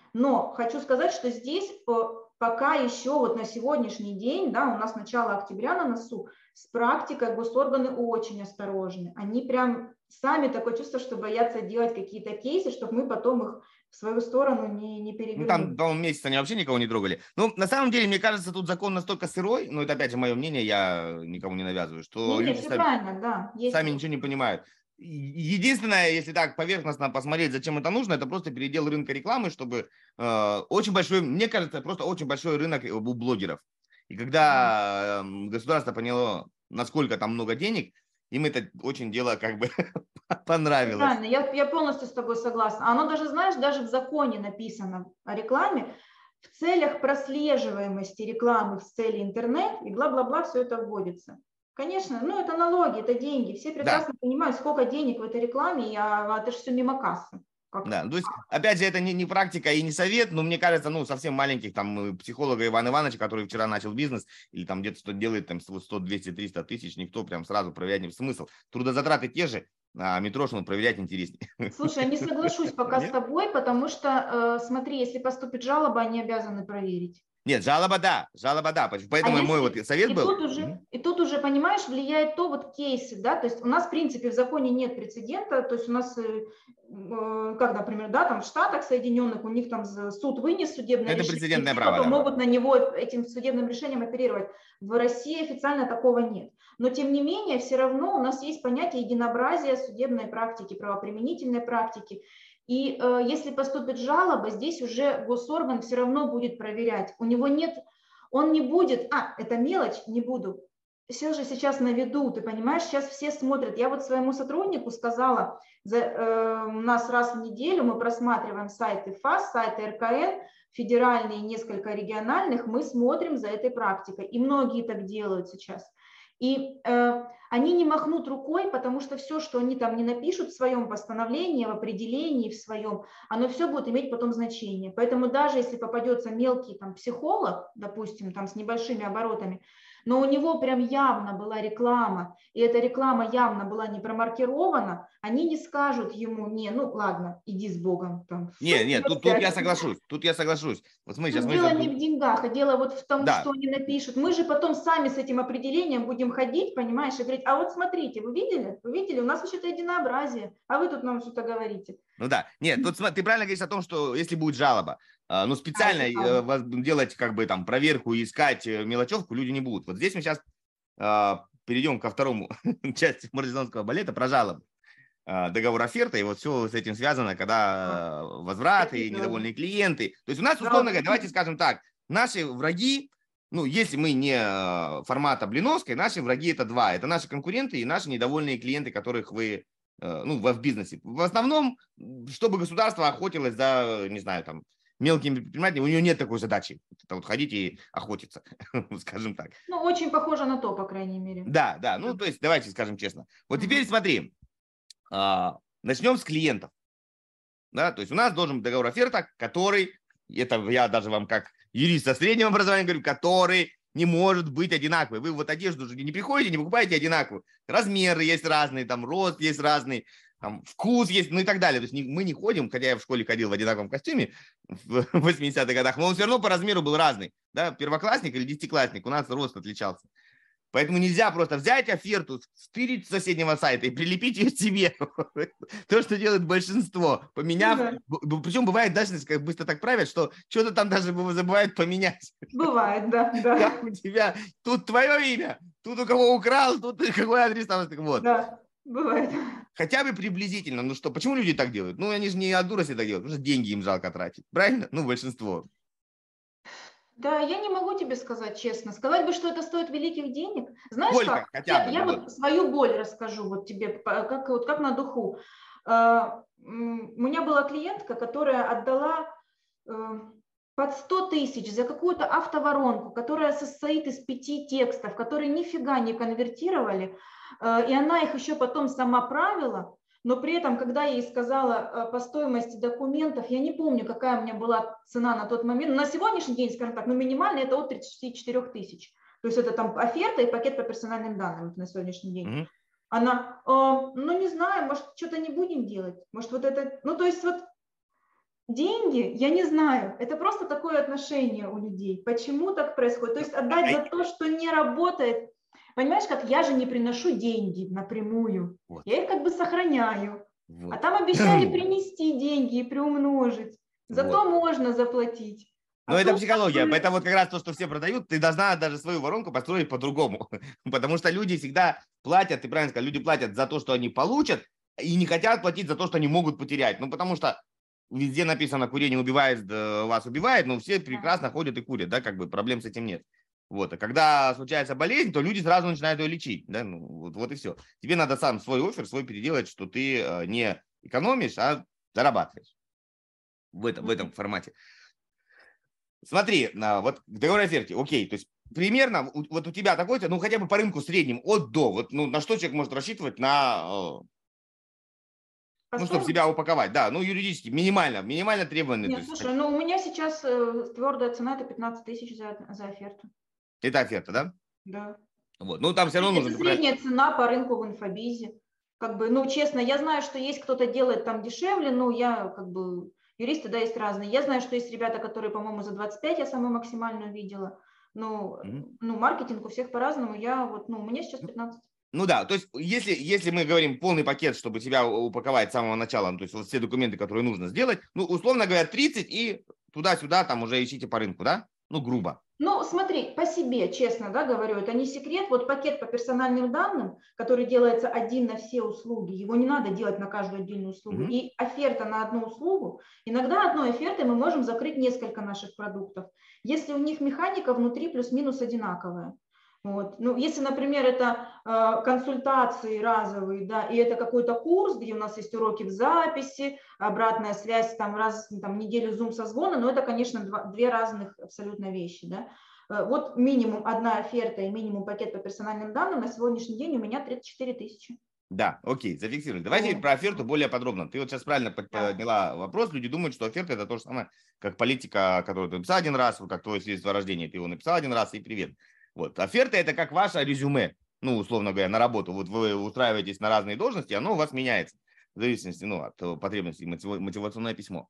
Но хочу сказать, что здесь пока еще вот на сегодняшний день, да, у нас начало октября на носу, с практикой госорганы очень осторожны. Они прям сами такое чувство, что боятся делать какие-то кейсы, чтобы мы потом их в свою сторону не, не перевернули. Ну, там, по-моему, месяц они вообще никого не трогали. Ну, на самом деле, мне кажется, тут закон настолько сырой, но это, опять же, мое мнение, я никому не навязываю, что нет, люди все сами, правильно, да, есть сами это. ничего не понимают. Единственное, если так поверхностно посмотреть, зачем это нужно, это просто передел рынка рекламы, чтобы э, очень большой, мне кажется, просто очень большой рынок у блогеров. И когда э, государство поняло, насколько там много денег, им это очень дело как бы понравилось. Правильно, я, я полностью с тобой согласна. Оно даже, знаешь, даже в законе написано о рекламе, в целях прослеживаемости рекламы в цели интернет и бла-бла-бла, все это вводится. Конечно, ну это налоги, это деньги. Все прекрасно да. понимают, сколько денег в этой рекламе, а это же все мимо кассы. Как да, то есть, опять же, это не, не практика и не совет, но мне кажется, ну, совсем маленьких там психолога Ивана Ивановича, который вчера начал бизнес, или там где-то что делает там сто, двести, триста тысяч, никто прям сразу проверять не смысл. Трудозатраты те же, а метрошину проверять интереснее. Слушай, не соглашусь пока Нет? с тобой, потому что, э, смотри, если поступит жалоба, они обязаны проверить. Нет, жалоба да, жалоба да, поэтому а мой если, вот совет и был. Тут уже, и тут уже, понимаешь, влияет то вот кейсы, да, то есть у нас, в принципе, в законе нет прецедента, то есть у нас, э, как, например, да, там в Штатах Соединенных, у них там суд вынес судебное Это решение, прецедентное и право, потом да. могут на него этим судебным решением оперировать. В России официально такого нет. Но, тем не менее, все равно у нас есть понятие единообразия судебной практики, правоприменительной практики. И э, если поступит жалоба, здесь уже госорган все равно будет проверять. У него нет... Он не будет, а, это мелочь, не буду. Все же сейчас на виду, ты понимаешь, сейчас все смотрят. Я вот своему сотруднику сказала, за, э, у нас раз в неделю мы просматриваем сайты ФАС, сайты эр ка эн, федеральные, несколько региональных, мы смотрим за этой практикой. И многие так делают сейчас. И э, они не махнут рукой, потому что все, что они там не напишут в своем постановлении, в определении, в своем, оно все будет иметь потом значение. Поэтому даже если попадется мелкий там психолог, допустим, там с небольшими оборотами, но у него прям явно была реклама, и эта реклама явно была не промаркирована, они не скажут ему, не, ну ладно, иди с Богом. Там, не, нет, тут, тут я соглашусь, тут я соглашусь. Вот смотри, сейчас дело мы... не в деньгах, а дело вот в том, да. что они напишут. Мы же потом сами с этим определением будем ходить, понимаешь, и говорить, а вот смотрите, вы видели, вы видели, у нас вообще-то единообразие, а вы тут нам что-то говорите. Ну да, нет, тут ты правильно говоришь о том, что если будет жалоба, ну специально а, делать как бы там проверку и искать мелочевку люди не будут. Вот здесь мы сейчас а, перейдем ко второму части марлезонского балета про жалобы. А, договор оферта и вот все с этим связано, когда возвраты, недовольные клиенты. То есть у нас, условно говоря, давайте скажем так, наши враги, ну если мы не формата Блиновской, наши враги это два, это наши конкуренты и наши недовольные клиенты, которых вы ну, в бизнесе. В основном, чтобы государство охотилось за, не знаю, там, мелкими предпринимателями, у него нет такой задачи. Это вот ходить и охотиться, скажем так. Ну, очень похоже на то, по крайней мере. Да, да, ну, то есть, давайте скажем честно. Вот теперь смотри, начнем с клиентов. Да, то есть у нас должен быть договор оферта, который это я даже вам как юрист со средним образованием говорю, который не может быть одинаковый. Вы вот одежду же не приходите, не покупаете одинаковую. Размеры есть разные, там рост есть разный, там вкус есть, ну и так далее. То есть не, мы не ходим, хотя я в школе ходил в одинаковом костюме в восьмидесятых годах, но он все равно по размеру был разный. Да? Первоклассник или десятиклассник, у нас рост отличался. Поэтому нельзя просто взять оферту, стырить с соседнего сайта и прилепить ее себе. То, что делает большинство, поменяв. Причем бывает даже, как быстро так правят, что что-то там даже забывают поменять. Бывает, да, да. Как у тебя, тут твое имя, тут у кого украл, тут какой адрес там. Вот. Да, бывает. Хотя бы приблизительно. Ну что, почему люди так делают? Ну, они же не от дурости так делают, потому что деньги им жалко тратить. Правильно? Ну, большинство. Да, я не могу тебе сказать честно. Сказать бы, что это стоит великих денег. Знаешь Сколько? как? Хотя Я, бы, я вот. вот свою боль расскажу вот тебе, как, вот, как на духу. Uh, у меня была клиентка, которая отдала uh, под сто тысяч за какую-то автоворонку, которая состоит из пяти текстов, которые нифига не конвертировали, uh, и она их еще потом сама правила. Но при этом, когда я ей сказала по стоимости документов, я не помню, какая у меня была цена на тот момент. На сегодняшний день, скажем так, ну минимальная это от тридцати четырёх тысяч. То есть это там оферта и пакет по персональным данным на сегодняшний день. Mm-hmm. Она, ну не знаю, может что-то не будем делать. Может вот это, ну то есть вот деньги, я не знаю. Это просто такое отношение у людей. Почему так происходит? То есть отдать за то, что не работает. Понимаешь, как я же не приношу деньги напрямую, вот. Я их как бы сохраняю, вот. А там обещали принести деньги и приумножить, зато вот. Можно заплатить. Но а это психология, такой... это вот как раз то, что все продают, ты должна даже свою воронку построить по-другому, потому что люди всегда платят, ты правильно сказал, люди платят за то, что они получат, и не хотят платить за то, что они могут потерять, ну потому что везде написано, курение убивает, вас убивает, но все прекрасно да. ходят и курят, да, как бы проблем с этим нет. Вот, а когда случается болезнь, то люди сразу начинают ее лечить, да, ну, вот, вот и все. Тебе надо сам свой оффер, свой переделать, что ты э, не экономишь, а зарабатываешь в этом, в этом формате. Смотри, а, вот договор о оферте, окей, то есть примерно у, вот у тебя такой-то, ну хотя бы по рынку среднем от до, вот, ну на что человек может рассчитывать на, э, ну чтобы себя упаковать, да, ну юридически, минимально, минимально требованные. Нет, слушай, ну у меня сейчас э, твердая цена это пятнадцать тысяч за, за оферту. Это оферта, да? Да. Вот. Ну, там все равно это нужно... средняя цена по рынку в инфобизе. Как бы, ну, честно, я знаю, что есть кто-то делает там дешевле, но я, как бы, юристы, да, есть разные. Я знаю, что есть ребята, которые, по-моему, за двадцать пять я самую максимальную видела. Ну, mm-hmm. ну, маркетинг у всех по-разному. Я вот, ну, у меня сейчас пятнадцать. Ну да, то есть если, если мы говорим полный пакет, чтобы тебя упаковать с самого начала, ну, то есть вот все документы, которые нужно сделать, ну, условно говоря, тридцать и туда-сюда там уже ищите по рынку, да? Ну, грубо. Ну, смотри, по себе, честно, да, говорю, это не секрет. Вот пакет по персональным данным, который делается один на все услуги, его не надо делать на каждую отдельную услугу. Mm-hmm. И оферта на одну услугу, иногда одной офертой мы можем закрыть несколько наших продуктов, если у них механика внутри плюс-минус одинаковая. Вот. Ну, если, например, это э, консультации разовые, да, и это какой-то курс, где у нас есть уроки в записи, обратная связь там раз там, неделю зум-созвона, но это, конечно, два, две разных абсолютно вещи, да. Э, вот минимум одна оферта и минимум пакет по персональным данным на сегодняшний день у меня тридцать четыре тысячи. Да, окей, зафиксируем. Давайте про оферту более подробно. Ты вот сейчас правильно подняла вопрос. Люди думают, что оферта это то же самое, как политика, которую ты написал один раз, как твое свидетельство о рождении, ты его написал один раз и привет. Вот. Оферта – это как ваше резюме, ну, условно говоря, на работу. Вот вы устраиваетесь на разные должности, оно у вас меняется в зависимости, ну, от потребностей, мотивационное письмо.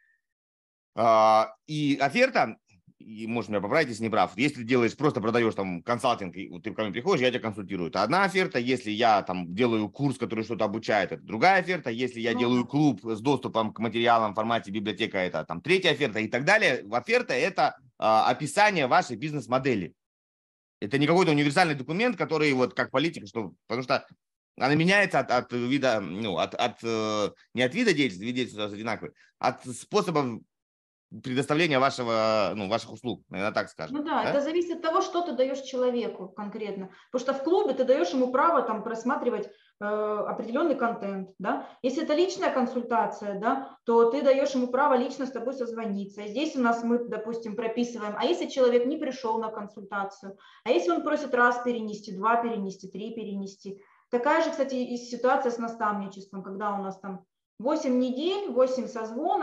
И оферта, и, может, меня поправить, если не прав, если делаешь, просто продаешь там консалтинг, и ты ко мне приходишь, я тебя консультирую. Это одна оферта. Если я там делаю курс, который что-то обучает, это другая оферта. Если я делаю клуб с доступом к материалам в формате библиотека, это там третья оферта и так далее. Оферта – это а, описание вашей бизнес-модели. Это не какой-то универсальный документ, который вот как политика, что, потому что она меняется от, от вида, ну, от, от, не от вида деятельности, вид деятельности одинаковый, от способа предоставления вашего, ну, ваших услуг, наверное, так скажем. Ну да, да, это зависит от того, что ты даешь человеку конкретно. Потому что в клубе ты даешь ему право там просматривать э, определенный контент, да. Если это личная консультация, да, то ты даешь ему право лично с тобой созвониться. И здесь у нас мы, допустим, прописываем, а если человек не пришел на консультацию, а если он просит раз перенести, два перенести, три перенести. Такая же, кстати, и ситуация с наставничеством, когда у нас там восемь недель, восемь созвонов,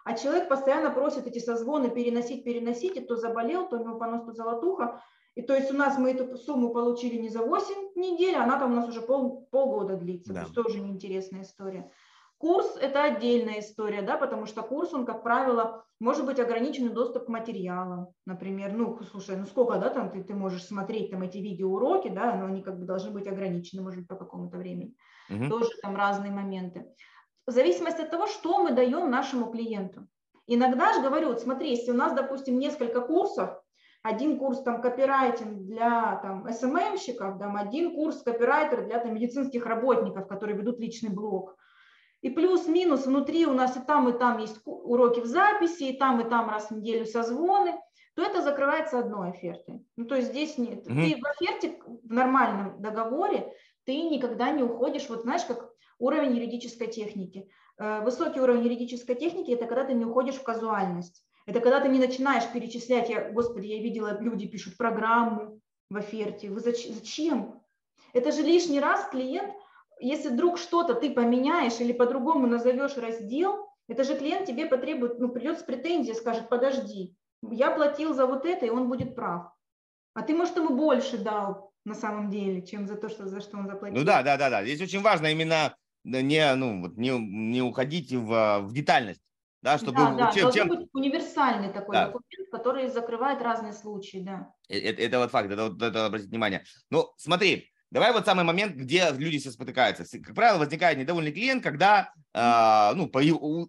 а человек постоянно просит эти созвоны переносить, переносить, и то заболел, то у него понос, то золотуха. И то есть у нас мы эту сумму получили не за восемь недель, а она там у нас уже пол, полгода длится, да. То есть тоже неинтересная история. Курс – это отдельная история, да, потому что курс, он, как правило, может быть ограниченный доступ к материалам, например, ну, слушай, ну сколько, да, там ты, ты можешь смотреть там эти видеоуроки, да, но они как бы должны быть ограничены, может быть, по какому-то времени. Угу. Тоже там разные моменты. В зависимости от того, что мы даем нашему клиенту. Иногда же говорю, вот смотри, если у нас, допустим, несколько курсов, один курс там копирайтинг для там эс эм эм-щиков, там, один курс копирайтер для там, медицинских работников, которые ведут личный блог. И плюс-минус внутри у нас и там, и там есть уроки в записи, и там, и там раз в неделю созвоны, то это закрывается одной офертой. Ну, то есть здесь нет. Mm-hmm. Ты в оферте, в нормальном договоре, ты никогда не уходишь, вот знаешь, как уровень юридической техники. Высокий уровень юридической техники – это когда ты не уходишь в казуальность. Это когда ты не начинаешь перечислять, я, господи, я видела, люди пишут программу в оферте. Вы зачем? Это же лишний раз клиент, если вдруг что-то ты поменяешь или по-другому назовешь раздел, это же клиент тебе потребует, ну, придет с претензией, скажет, подожди, я платил за вот это, и он будет прав. А ты, может, ему больше дал на самом деле, чем за то, что, за что он заплатил. Ну да, да, да, да. Здесь очень важно именно не, ну, вот, не, не уходить в, в детальность. Да, чтобы да, да, чем, должен чем... быть универсальный такой да. документ, который закрывает разные случаи, да. Это, это вот факт, это, это обратите внимание. Ну, смотри, давай вот самый момент, где люди все спотыкаются. Как правило, возникает недовольный клиент, когда э, ну, по, у,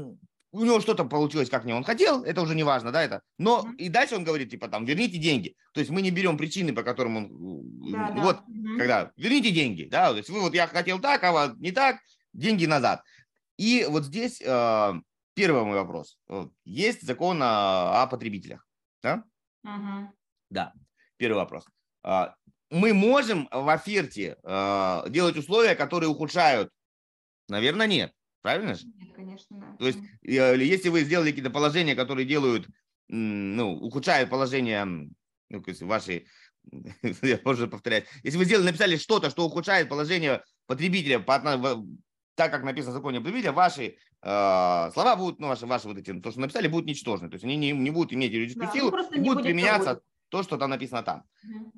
у него что-то получилось, как не он хотел, это уже не важно, да, это. Но mm-hmm. и дальше он говорит, типа, там, верните деньги. То есть мы не берем причины, по которым он... Да, вот, да. Mm-hmm. когда, верните деньги, да, то есть вы вот, я хотел так, а вот не так, деньги назад. И вот здесь... Э, Первый мой вопрос. Есть закон о, о потребителях, да? Uh-huh. Да, первый вопрос. Мы можем в оферте делать условия, которые ухудшают? Наверное, нет. Правильно же? Нет, конечно, да. То есть, если вы сделали какие-то положения, которые делают, ну, ухудшают положение, ну, вашей, я позже повторяю, если вы сделали, написали что-то, что ухудшает положение потребителя по отношению, так как написано в законе о потребителе, ваши э, слова будут, ну, ваши, ваши вот эти, то, что написали, будут ничтожны. То есть они не, не будут иметь юридическую да, силу, и будут будет применяться работать. То, что там написано там. Угу.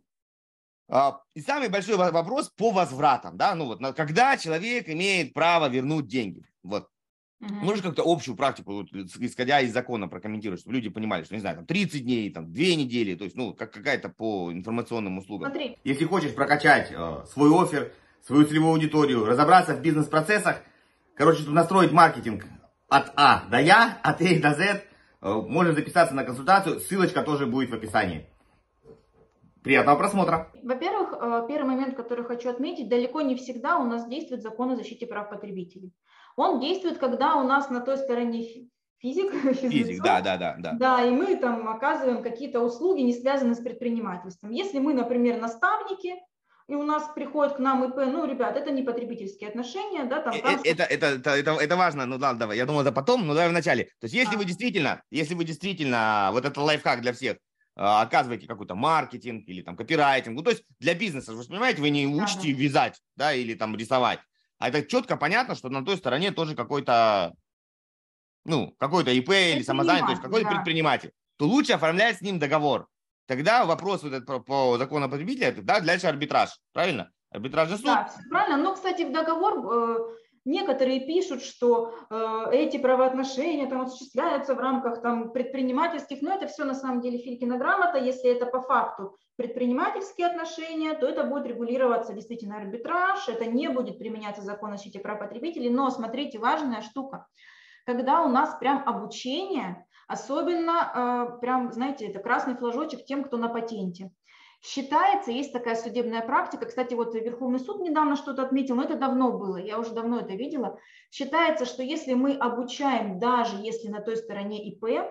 А, и самый большой вопрос по возвратам. Да? Ну, вот, когда человек имеет право вернуть деньги. Вот. Угу. Можешь как-то общую практику, вот, исходя из закона, прокомментировать, чтобы люди понимали, что, не знаю, там тридцать дней, там, две недели, то есть, ну, как какая-то по информационным услугам. Смотри. Если хочешь прокачать э, свой оффер, свою целевую аудиторию, разобраться в бизнес-процессах, короче, чтобы настроить маркетинг от А до Я, от А до З, можно записаться на консультацию, ссылочка тоже будет в описании. Приятного просмотра! Во-первых, первый момент, который хочу отметить, далеко не всегда у нас действует закон о защите прав потребителей. Он действует, когда у нас на той стороне физик, физик, да, да, да, да. Да, и мы там оказываем какие-то услуги, не связанные с предпринимательством. Если мы, например, наставники, и у нас приходит к нам ИП, ну, ребят, это не потребительские отношения, да, там... там это, это, это, это, это важно, ну, ладно, давай, я думал, это потом, но давай вначале. То есть, если а. вы действительно, если вы действительно, вот это лайфхак для всех, оказываете какой-то маркетинг или там копирайтинг, ну, то есть, для бизнеса, вы понимаете, вы не учите да, да. вязать, да, или там рисовать, а это четко понятно, что на той стороне тоже какой-то, ну, какой-то ИП или самозанятый, то есть, какой-то да. предприниматель, то лучше оформлять с ним договор. Тогда вопрос вот этот по, по закону потребителя, это, да, дальше арбитраж, правильно? Арбитражный суд. Да, правильно. Но, кстати, в договор э, некоторые пишут, что э, эти правоотношения там осуществляются в рамках там предпринимательских, но это все на самом деле Филькина грамота. Если это по факту предпринимательские отношения, то это будет регулироваться действительно арбитраж, это не будет применяться закон о защите прав потребителей. Но смотрите, важная штука. Когда у нас прям обучение, особенно, прям, знаете, это красный флажочек тем, кто на патенте. Считается, есть такая судебная практика, кстати, вот Верховный суд недавно что-то отметил, но это давно было, я уже давно это видела. Считается, что если мы обучаем, даже если на той стороне ИП,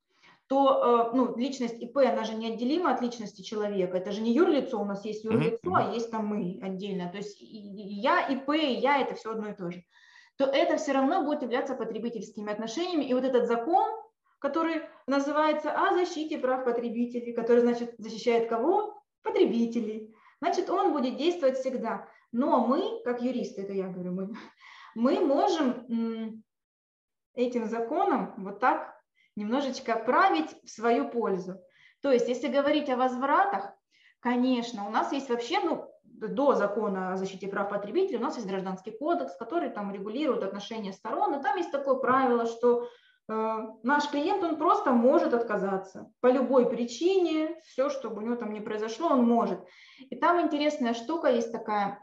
то ну, личность ИП, она же неотделима от личности человека. Это же не юрлицо, у нас есть юрлицо, mm-hmm. а есть там мы отдельно. То есть я ИП, и я – это все одно и то же. То это все равно будет являться потребительскими отношениями. И вот этот закон, который называется о защите прав потребителей, который, значит, защищает кого? Потребителей. Значит, он будет действовать всегда. Но мы, как юристы, это я говорю, мы, мы можем этим законом вот так немножечко править в свою пользу. То есть, если говорить о возвратах, конечно, у нас есть вообще, ну, до закона о защите прав потребителей у нас есть гражданский кодекс, который там регулирует отношения сторон, и там есть такое правило, что э, наш клиент, он просто может отказаться по любой причине, все, чтобы у него там не произошло, он может. И там интересная штука есть такая,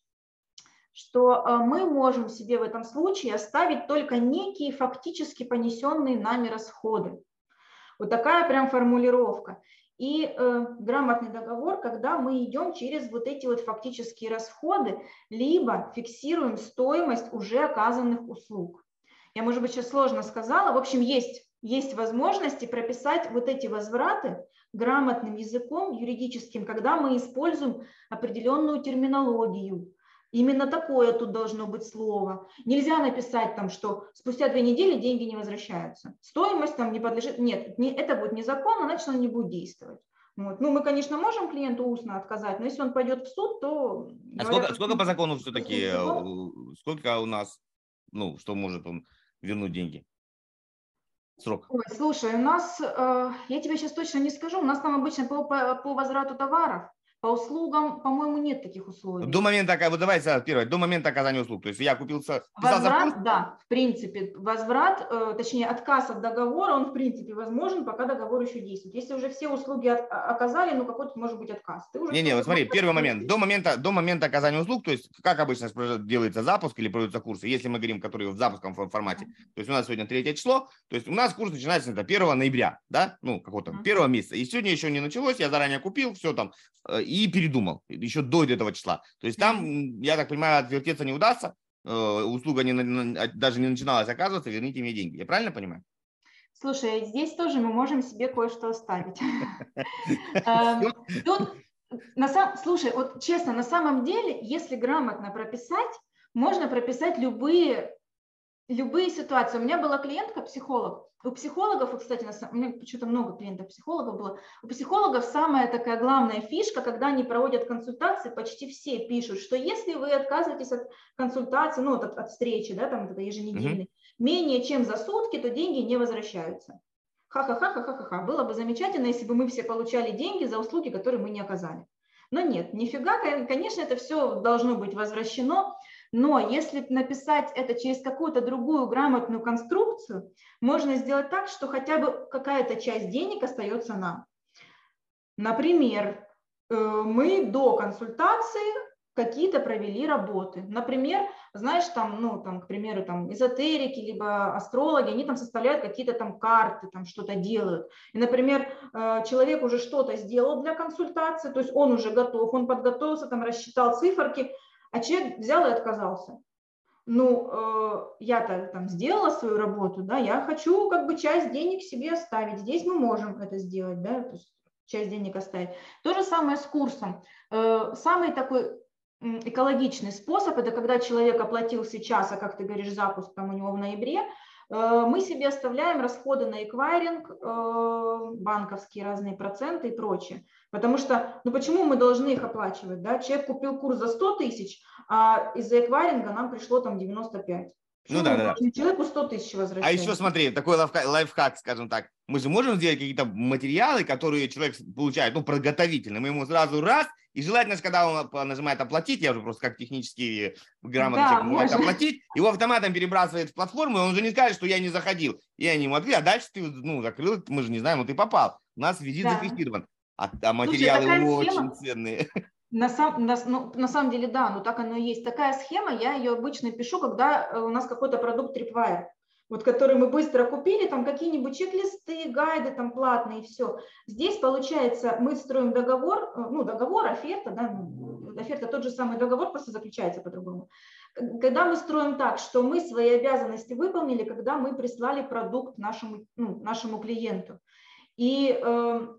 что мы можем себе в этом случае оставить только некие фактически понесенные нами расходы. Вот такая прям формулировка. И э, грамотный договор, когда мы идем через вот эти вот фактические расходы, либо фиксируем стоимость уже оказанных услуг. Я, может быть, сейчас сложно сказала. В общем, есть, есть возможности прописать вот эти возвраты грамотным языком юридическим, когда мы используем определенную терминологию. Именно такое тут должно быть слово. Нельзя написать там, что спустя две недели деньги не возвращаются. Стоимость там не подлежит. Нет, не, это будет незаконно, значит, он не будет действовать. Вот. Ну, мы, конечно, можем клиенту устно отказать, но если он пойдет в суд, то... А говоря, сколько, сколько по закону все-таки, сколько у нас, ну, что может он вернуть деньги? Срок. Ой, слушай, у нас, э, я тебе сейчас точно не скажу, у нас там обычно по, по, по возврату товаров. По услугам, по-моему, нет таких условий. До момента, вот давайте первое, до момента оказания услуг. То есть я купился... Возврат, да, в принципе, возврат, э, точнее, отказ от договора, он в принципе возможен, пока договор еще действует. Если уже все услуги от, оказали, ну какой-то может быть отказ. Не-не, вот смотри, первый момент. До момента, до момента оказания услуг, то есть как обычно делается запуск или проводятся курсы, если мы говорим, которые в запуском формате, то есть у нас сегодня третье число, то есть у нас курс начинается первого ноября, да, ну какого-то первого месяца. И сегодня еще не началось, я заранее купил, все там, и передумал, еще до этого числа. То есть там, я так понимаю, отвертеться не удастся, услуга не, даже не начиналась оказываться, верните мне деньги. Я правильно понимаю? Слушай, здесь тоже мы можем себе кое-что оставить. Тут, слушай, вот честно, на самом деле, если грамотно прописать, можно прописать любые, любые ситуации. У меня была клиентка, психолог. У психологов, кстати, у меня почему-то много клиентов-психологов было, у психологов самая такая главная фишка, когда они проводят консультации, почти все пишут, что если вы отказываетесь от консультации, ну, от, от встречи, да, там, это еженедельной, mm-hmm. менее чем за сутки, то деньги не возвращаются. Ха-ха-ха-ха-ха-ха. Было бы замечательно, если бы мы все получали деньги за услуги, которые мы не оказали. Но нет, нифига, конечно, это все должно быть возвращено. Но если написать это через какую-то другую грамотную конструкцию, можно сделать так, что хотя бы какая-то часть денег остается нам. Например, мы до консультации какие-то провели работы. Например, знаешь, там, ну, там, к примеру, там, эзотерики, либо астрологи, они там составляют какие-то там карты, там что-то делают. И, например, человек уже что-то сделал для консультации, то есть он уже готов, он подготовился, там, рассчитал циферки, а человек взял и отказался. Ну, э, я-то там сделала свою работу, да, я хочу как бы часть денег себе оставить. Здесь мы можем это сделать, да, то есть часть денег оставить. То же самое с курсом. Э, самый такой экологичный способ, это когда человек оплатил сейчас, а как ты говоришь, запуск там у него в ноябре, э, мы себе оставляем расходы на эквайринг, э, банковские разные проценты и прочее. Потому что, ну почему мы должны их оплачивать, да? Человек купил курс за сто тысяч, а из-за эквайринга нам пришло там девяносто пять. Ну да, да, да. Человеку сто тысяч возвращать. А еще смотри, такой лайфхак, лайфхак, скажем так, мы же можем сделать какие-то материалы, которые человек получает, ну, подготовительные, мы ему сразу раз, и желательно, когда он нажимает оплатить, я уже просто как технически грамотно да, нажимает оплатить, его автоматом перебрасывает в платформу, и он уже не скажет, что я не заходил, и они ему открыли, а дальше ты, ну, закрыл, мы же не знаем, вот ты попал, у нас визит да. зафиксирован. А, а материалы Слушай, очень схема, ценные. На, сам, на, ну, на самом деле, да, ну так оно и есть. Такая схема, я ее обычно пишу, когда у нас какой-то продукт Tripwire, вот, который мы быстро купили, там какие-нибудь чек-листы, гайды там платные, все. Здесь, получается, мы строим договор, ну, договор, оферта, да, оферта тот же самый договор, просто заключается по-другому. Когда мы строим так, что мы свои обязанности выполнили, когда мы прислали продукт нашему, ну, нашему клиенту. И э,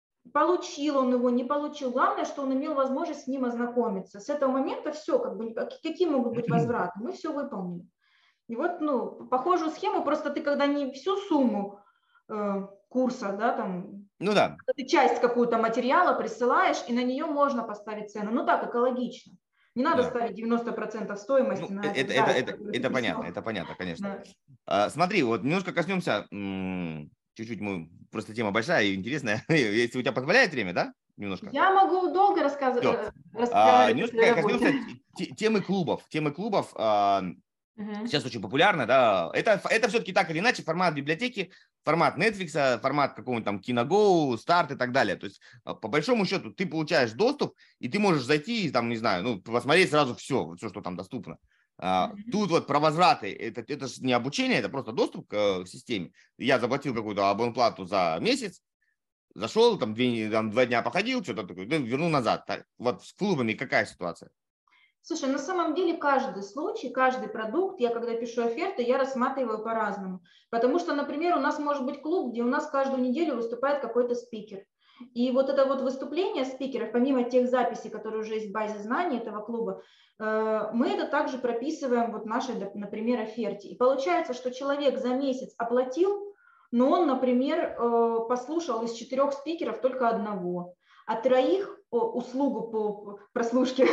получил он его, не получил. Главное, что он имел возможность с ним ознакомиться. С этого момента все, как бы, какие могут быть возвраты, мы все выполнили. И вот, ну, похожую схему, просто ты когда не всю сумму э, курса, да, там, ну да, ты часть какую-то материала присылаешь, и на нее можно поставить цену. Ну так, экологично. Не надо да. ставить девяносто процентов стоимости ну, на это. Это, это, это, это понятно, это понятно, конечно. Смотри, вот немножко коснемся, чуть-чуть мы, просто тема большая и интересная, если у тебя позволяет время, да? Немножко. Я могу долго рассказывать. А, немножко коснемся темы клубов. Темы клубов uh-huh. сейчас очень популярна, да. Это, это все-таки так или иначе формат библиотеки, формат Netflix, формат какого-нибудь там KinoGo, Start и так далее. То есть, по большому счету, ты получаешь доступ, и ты можешь зайти и там, не знаю, ну, посмотреть сразу все, все, что там доступно. Uh-huh. Тут вот про возвраты, это, это же не обучение, это просто доступ к, к системе. Я заплатил какую-то абонплату за месяц, зашел, там, две, там два дня походил, что-то такое, вернул назад. Так, вот с клубами какая ситуация? Слушай, на самом деле каждый случай, каждый продукт, я когда пишу оферты, я рассматриваю по-разному. Потому что, например, у нас может быть клуб, где у нас каждую неделю выступает какой-то спикер. И вот это вот выступление спикеров, помимо тех записей, которые уже есть в базе знаний этого клуба, мы это также прописываем вот в нашей, например, оферте. И получается, что человек за месяц оплатил, но он, например, послушал из четырех спикеров только одного, а троих, услугу по прослушке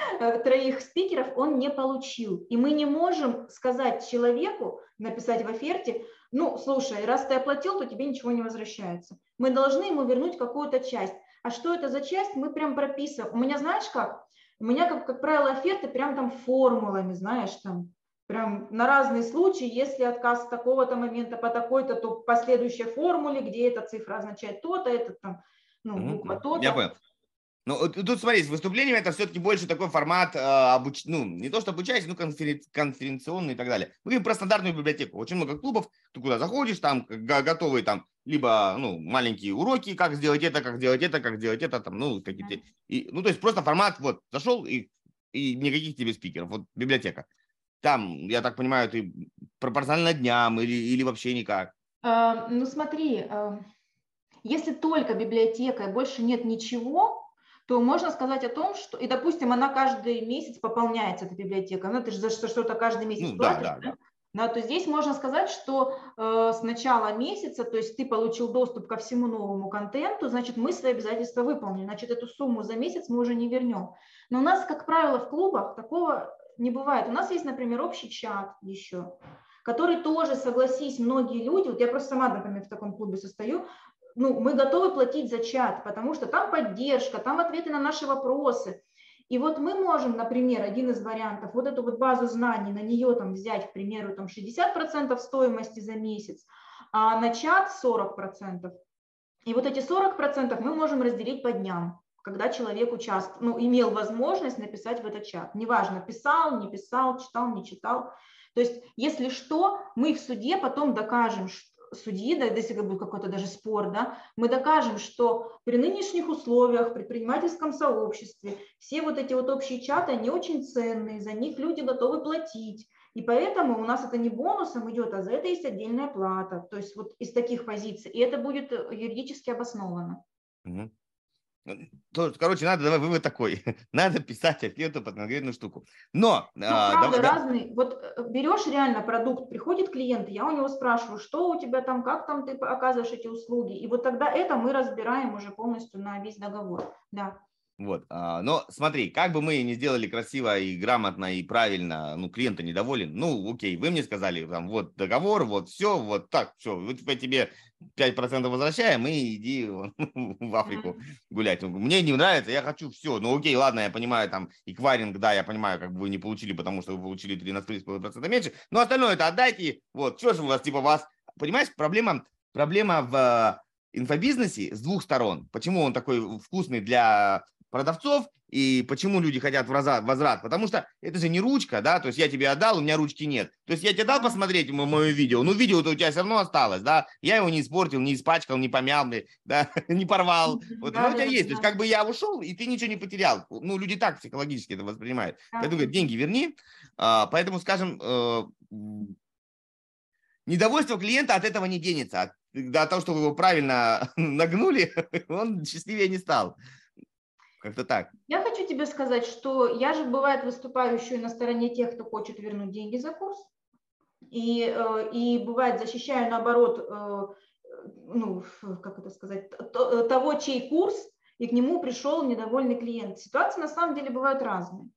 троих спикеров он не получил. И мы не можем сказать человеку, написать в оферте, ну, слушай, раз ты оплатил, то тебе ничего не возвращается. Мы должны ему вернуть какую-то часть. А что это за часть, мы прям прописываем. У меня, знаешь как? У меня, как, как правило, оферты прям там формулами, знаешь, там, прям на разные случаи, если отказ с такого-то момента по такой-то, то по следующей формуле, где эта цифра означает то-то, это там, ну, буква то-то. Я понял. Ну, тут, смотри, с выступлением это все-таки больше такой формат, э, обуч... ну, не то что обучающий, но конферен... конференционный и так далее. Мы говорим про стандартную библиотеку. Очень много клубов, ты куда заходишь, там готовые там либо, ну, маленькие уроки, как сделать это, как сделать это, как сделать это, там, ну, какие-то... И, ну, то есть просто формат, вот, зашел и, и никаких тебе спикеров, вот, библиотека. Там, я так понимаю, ты пропорционально дням или, или вообще никак? А, ну, смотри, а, если только библиотека и больше нет ничего, то можно сказать о том, что, и, допустим, она каждый месяц пополняется, эта библиотека, ну, ты же за что-то каждый месяц ну, платишь, да, да, да. Да, то здесь можно сказать, что э, с начала месяца, то есть ты получил доступ ко всему новому контенту, значит, мы свои обязательства выполним, значит, эту сумму за месяц мы уже не вернем. Но у нас, как правило, в клубах такого не бывает. У нас есть, например, общий чат еще, который тоже, согласись, многие люди, вот я просто сама, например, в таком клубе состою, ну, мы готовы платить за чат, потому что там поддержка, там ответы на наши вопросы. И вот мы можем, например, один из вариантов, вот эту вот базу знаний, на нее там взять, к примеру, там шестьдесят процентов стоимости за месяц, а на чат сорок процентов. И вот эти сорок процентов мы можем разделить по дням, когда человек участвовал, ну, имел возможность написать в этот чат. Неважно, писал, не писал, читал, не читал. То есть, если что, мы в суде потом докажем, что судьи, да, если будет какой-то даже спор, да, мы докажем, что при нынешних условиях, в предпринимательском сообществе, все вот эти вот общие чаты, они очень ценные, за них люди готовы платить. И поэтому у нас это не бонусом идет, а за это есть отдельная плата. То есть вот из таких позиций. И это будет юридически обосновано. Угу. Короче, надо, давай вывод такой. Надо писать оферту под конкретную штуку. Но... Ну, а, правда, да, разный. Вот берешь реально продукт, приходит клиент, я у него спрашиваю, что у тебя там, как там ты оказываешь эти услуги. И вот тогда это мы разбираем уже полностью на весь договор. Да. Вот, но смотри, как бы мы ни сделали красиво и грамотно и правильно, ну, клиент недоволен, ну, окей, вы мне сказали, там, вот договор, вот все, вот так, все, вот тебе пять процентов возвращаем и иди в Африку гулять. Мне не нравится, я хочу все, ну, окей, ладно, я понимаю, там, эквайринг, да, я понимаю, как бы вы не получили, потому что вы получили тринадцать целых пять десятых процента меньше, но остальное это отдайте, вот, что же у вас, типа, вас, понимаешь, проблема, проблема в инфобизнесе с двух сторон, почему он такой вкусный для продавцов и почему люди хотят возврат, потому что это же не ручка, да, то есть я тебе отдал, у меня ручки нет, то есть я тебе дал посмотреть мое видео, ну видео-то у тебя все равно осталось, да, я его не испортил, не испачкал, не помял, да, не порвал, вот, да, но у тебя да, есть, да. То есть как бы я ушел, и ты ничего не потерял, ну люди так психологически это воспринимают, да. Поэтому говорят, деньги верни, поэтому, скажем, недовольство клиента от этого не денется, от того, что вы его правильно нагнули, он счастливее не стал. Как-то так. Я хочу тебе сказать, что я же, бывает, выступаю еще и на стороне тех, кто хочет вернуть деньги за курс. И, и бывает, защищаю, наоборот, ну, как это сказать, того, чей курс, и к нему пришел недовольный клиент. Ситуации на самом деле бывают разные.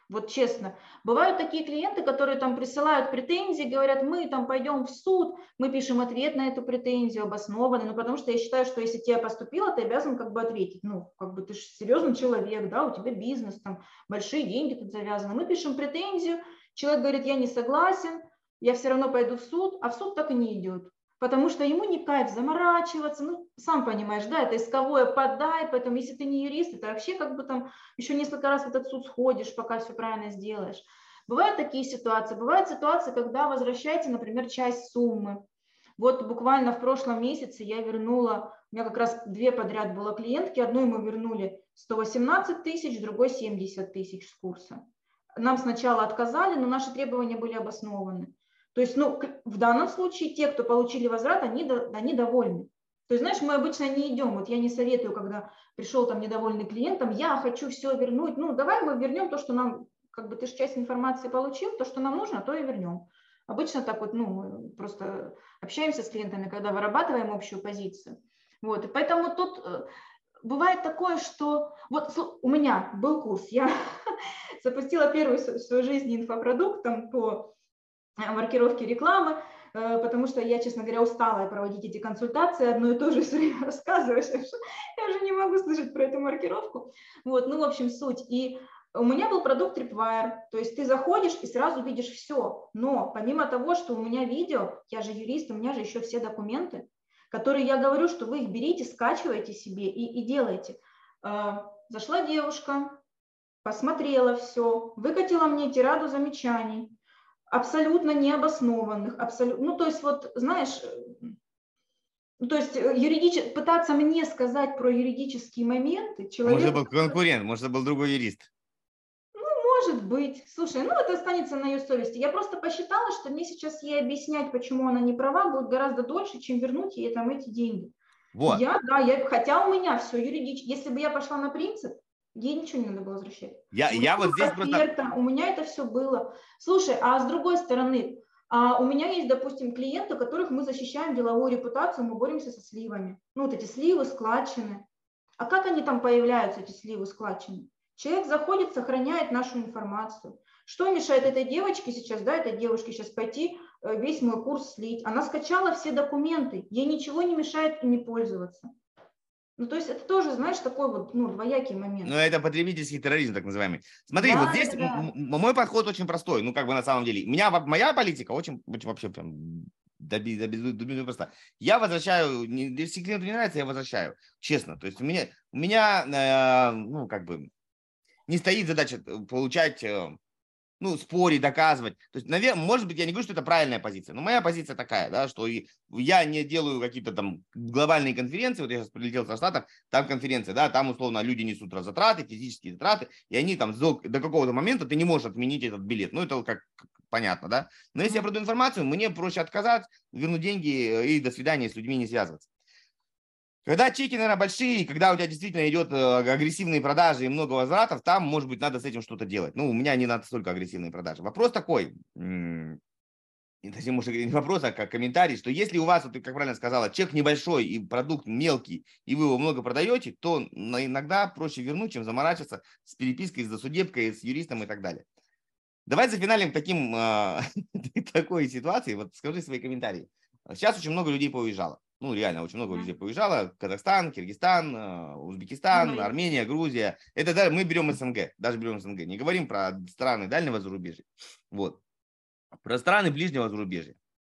Вот честно. Бывают такие клиенты, которые там присылают претензии, говорят, мы там пойдем в суд, мы пишем ответ на эту претензию, обоснованный, ну потому что я считаю, что если тебе поступило, ты обязан как бы ответить. Ну, как бы ты же серьезный человек, да, у тебя бизнес, там большие деньги тут завязаны. Мы пишем претензию, человек говорит, я не согласен, я все равно пойду в суд, а в суд так и не идет. Потому что ему не кайф заморачиваться, ну, сам понимаешь, да, это исковое подай, поэтому если ты не юрист, это вообще как бы там еще несколько раз в этот суд сходишь, пока все правильно сделаешь. Бывают такие ситуации, бывают ситуации, когда возвращаете, например, часть суммы. Вот буквально в прошлом месяце я вернула, у меня как раз две подряд было клиентки, одной мы вернули сто восемнадцать тысяч, другой семьдесят тысяч с курса. Нам сначала отказали, но наши требования были обоснованы. То есть, ну, в данном случае те, кто получили возврат, они, они довольны. То есть, знаешь, мы обычно не идем, вот я не советую, когда пришел там недовольный клиент, там, я хочу все вернуть, ну, давай мы вернем то, что нам, как бы ты же часть информации получил, то, что нам нужно, то и вернем. Обычно так вот, ну, мы просто общаемся с клиентами, когда вырабатываем общую позицию. Вот, и поэтому тут бывает такое, что, вот у меня был курс, я запустила первый в своей жизни инфопродукт там по маркировки рекламы, потому что я, честно говоря, устала проводить эти консультации, одно и то же все время рассказываешь, я уже не могу слышать про эту маркировку. Вот, ну, в общем, суть. И у меня был продукт Tripwire, то есть ты заходишь и сразу видишь все, но помимо того, что у меня видео, я же юрист, у меня же еще все документы, которые я говорю, что вы их берите, скачивайте себе и, и делайте. Зашла девушка, посмотрела все, выкатила мне тираду замечаний, абсолютно необоснованных, абсолютно, ну, то есть, вот, знаешь, ну, то есть, юридич... пытаться мне сказать про юридические моменты, человек... Может, был конкурент, может, был другой юрист. Ну, может быть. Слушай, ну, это останется на ее совести. Я просто посчитала, что мне сейчас ей объяснять, почему она не права, будет гораздо дольше, чем вернуть ей там эти деньги. Вот. Я, да, я, хотя у меня все юридически, если бы я пошла на принцип, ей ничего не надо было возвращать. Я, я вот здесь оферта, просто... У меня это все было. Слушай, а с другой стороны, а у меня есть, допустим, клиенты, которых мы защищаем деловую репутацию, мы боремся со сливами. Ну, вот эти сливы, складчины. А как они там появляются, эти сливы, складчины? Человек заходит, сохраняет нашу информацию. Что мешает этой девочке сейчас, да, этой девушке сейчас пойти весь мой курс слить? Она скачала все документы, ей ничего не мешает ими пользоваться. Ну, то есть это тоже, знаешь, такой вот, ну, двоякий момент. Ну, это потребительский терроризм, так называемый. Смотри, да, вот здесь да, да. мой подход очень простой. Ну, как бы на самом деле. У меня, моя политика очень, очень вообще прям до проста. Я возвращаю, если клиенту не нравится, я возвращаю. Честно. То есть у меня, у меня э, ну, как бы не стоит задача получать... Э, ну, спорить, доказывать. То есть, наверное, может быть, я не говорю, что это правильная позиция, но моя позиция такая, да, что я не делаю какие-то там глобальные конференции, вот я сейчас прилетел со Штатов, там конференция, да, там условно люди несут затраты, физические затраты, и они там до, до какого-то момента ты не можешь отменить этот билет, ну, это как понятно, да. Но если я продаю информацию, мне проще отказать, вернуть деньги и до свидания, с людьми не связываться. Когда чеки, наверное, большие, когда у тебя действительно идет агрессивные продажи и много возвратов, там, может быть, надо с этим что-то делать. Ну, у меня не настолько агрессивные продажи. Вопрос такой, точнее, может, не вопрос, а как комментарий, что если у вас, вот ты как правильно сказала, чек небольшой и продукт мелкий, и вы его много продаете, то иногда проще вернуть, чем заморачиваться с перепиской, с досудебкой, с юристом и так далее. Давай зафиналим таким, такой ситуацией. Вот скажи свои комментарии. Сейчас очень много людей поуезжало. Ну, реально, очень много людей поуезжало. Казахстан, Киргизстан, Узбекистан, mm-hmm. Армения, Грузия. Это да, мы берем СНГ, даже берем СНГ. Не говорим про страны дальнего зарубежья. Вот. Про страны ближнего зарубежья.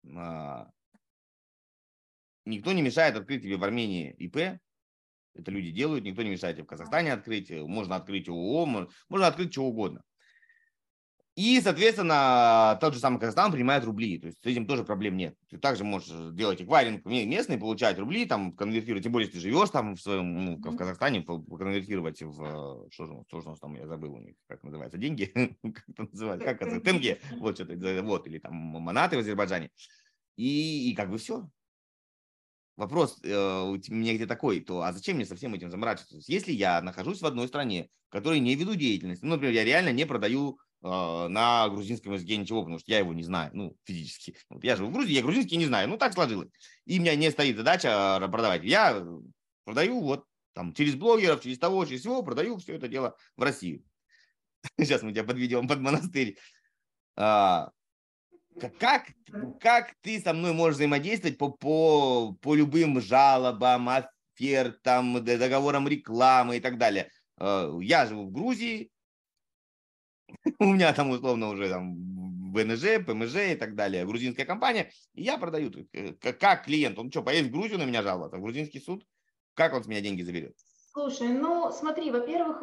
Никто не мешает открыть тебе в Армении ИП. Это люди делают. Никто не мешает тебе в Казахстане открыть. Можно открыть ООО, можно открыть что угодно. И, соответственно, тот же самый Казахстан принимает рубли. То есть с этим тоже проблем нет. Ты также можешь делать эквайринг местный, получать рубли, там конвертировать. Тем более, если ты живешь там в своем, ну, в Казахстане, конвертировать в... Что же, что же у нас там, я забыл у них, как называется, деньги? Как это называется? Как это? Тенге. Вот что-то. Вот. Или там манаты в Азербайджане. И, и как бы все. Вопрос э, у меня где такой, то а зачем мне со всем этим заморачиваться? Если я нахожусь в одной стране, в которой не веду деятельность, ну, например, я реально не продаю на грузинском языке ничего, потому что я его не знаю, ну, физически. Вот я живу в Грузии, я грузинский не знаю, ну, так сложилось. И у меня не стоит задача продавать. Я продаю вот там через блогеров, через того, через всего, продаю все это дело в Россию. Сейчас мы тебя подведем под монастырь. А, как, как ты со мной можешь взаимодействовать по, по, по любым жалобам, офертам, договорам рекламы и так далее? Я живу в Грузии, у меня там условно уже там ВНЖ, ПМЖ и так далее, грузинская компания, и я продаю. Как клиент, он что, поедет в Грузию на меня жаловаться, в грузинский суд? Как он с меня деньги заберет? Слушай, ну смотри, во-первых,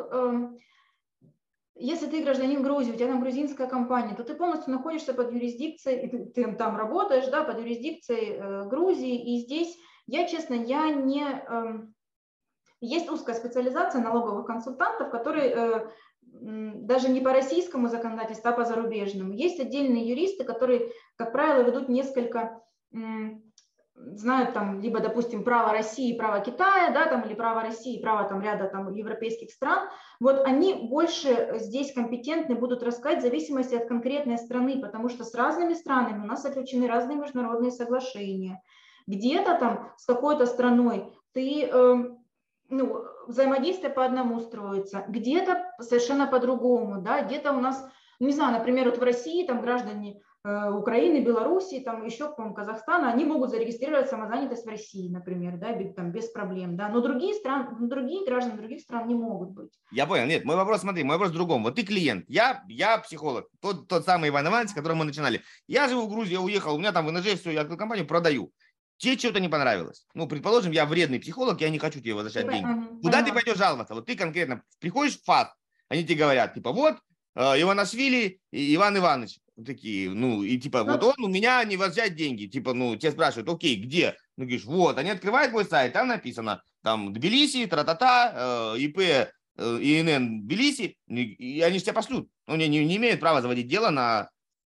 если ты гражданин Грузии, у тебя там грузинская компания, то ты полностью находишься под юрисдикцией, ты, ты там работаешь, да, под юрисдикцией э, Грузии, и здесь я, честно, я не... Э, есть узкая специализация налоговых консультантов, которые э, даже не по российскому законодательству, а по зарубежному. Есть отдельные юристы, которые, как правило, ведут несколько... Э, знают там либо, допустим, право России, право Китая, да, там, или право России, право там ряда там европейских стран, вот они больше здесь компетентны будут рассказать в зависимости от конкретной страны, потому что с разными странами у нас заключены разные международные соглашения. Где-то там с какой-то страной ты, э, ну, взаимодействие по одному строится, где-то совершенно по-другому, да, где-то у нас, не знаю, например, вот в России там граждане Украины, Белоруссии, там еще, по-моему, Казахстана, они могут зарегистрировать самозанятость в России, например, да, там, без проблем, да, но другие страны, другие граждане других стран не могут быть. Я понял, нет, мой вопрос, смотри, мой вопрос в другом. Вот ты клиент, я, я психолог, тот, тот самый Иван Иванович, с которым мы начинали. Я живу в Грузии, я уехал, у меня там ВНЖ, все, я открыл компанию, продаю. Тебе что-то не понравилось. Ну, предположим, я вредный психолог, я не хочу тебе возвращать деньги. Ага, куда поняла. Ты пойдешь жаловаться? Вот ты конкретно приходишь в ФАС, они тебе говорят, типа, вот, Иванашвили и Иван Иванович. Такие, ну, и типа, вот он у меня не возвращает деньги. Типа, ну, тебя спрашивают, окей, где? Ну, говоришь, вот, они открывают мой сайт, там написано, там, Тбилиси, тра-та-та, ИП, ИНН Тбилиси, и они же тебя пошлют. Ну, они не, не имеют права заводить дело на...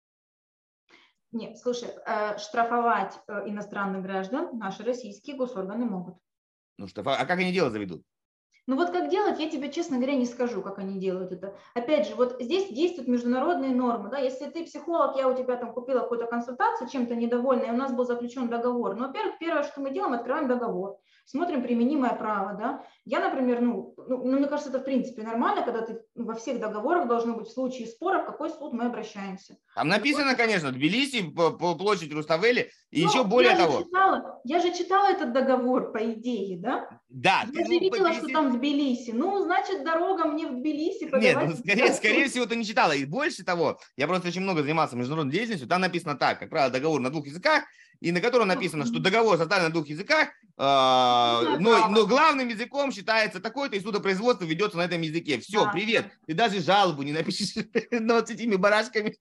Нет, слушай, штрафовать иностранных граждан наши российские госорганы могут. Ну, штрафовать, а как они дело заведут? Ну вот как делать, я тебе, честно говоря, не скажу, как они делают это. Опять же, вот здесь действуют международные нормы. Да? Если ты психолог, я у тебя там купила какую-то консультацию, чем-то недовольна, и у нас был заключен договор. Ну, во-первых, первое, что мы делаем, открываем договор, смотрим применимое право. Да? Я, например, ну, ну, мне кажется, это в принципе нормально, когда ты ну, во всех договорах должно быть в случае спора, в какой суд мы обращаемся. Там написано, вот, конечно, Тбилиси, по, по площади Руставели, и ну, еще более я того. Же читала, я же читала этот договор, по идее, да? Да. Я ты, же ну, видела, Тбилиси... что там Тбилиси. Ну, значит, дорога мне в Тбилиси подавать. Нет, ну, скорее, скорее всего, ты не читала. И больше того, я просто очень много занимался международной деятельностью, там написано так, как правило, договор на двух языках, и на котором написано, что договор составлен на двух языках, э, но, но главным языком считается такой-то, и судопроизводство ведется на этом языке. Все, да. Привет. Ты даже жалобу не напишешь с этими барашками.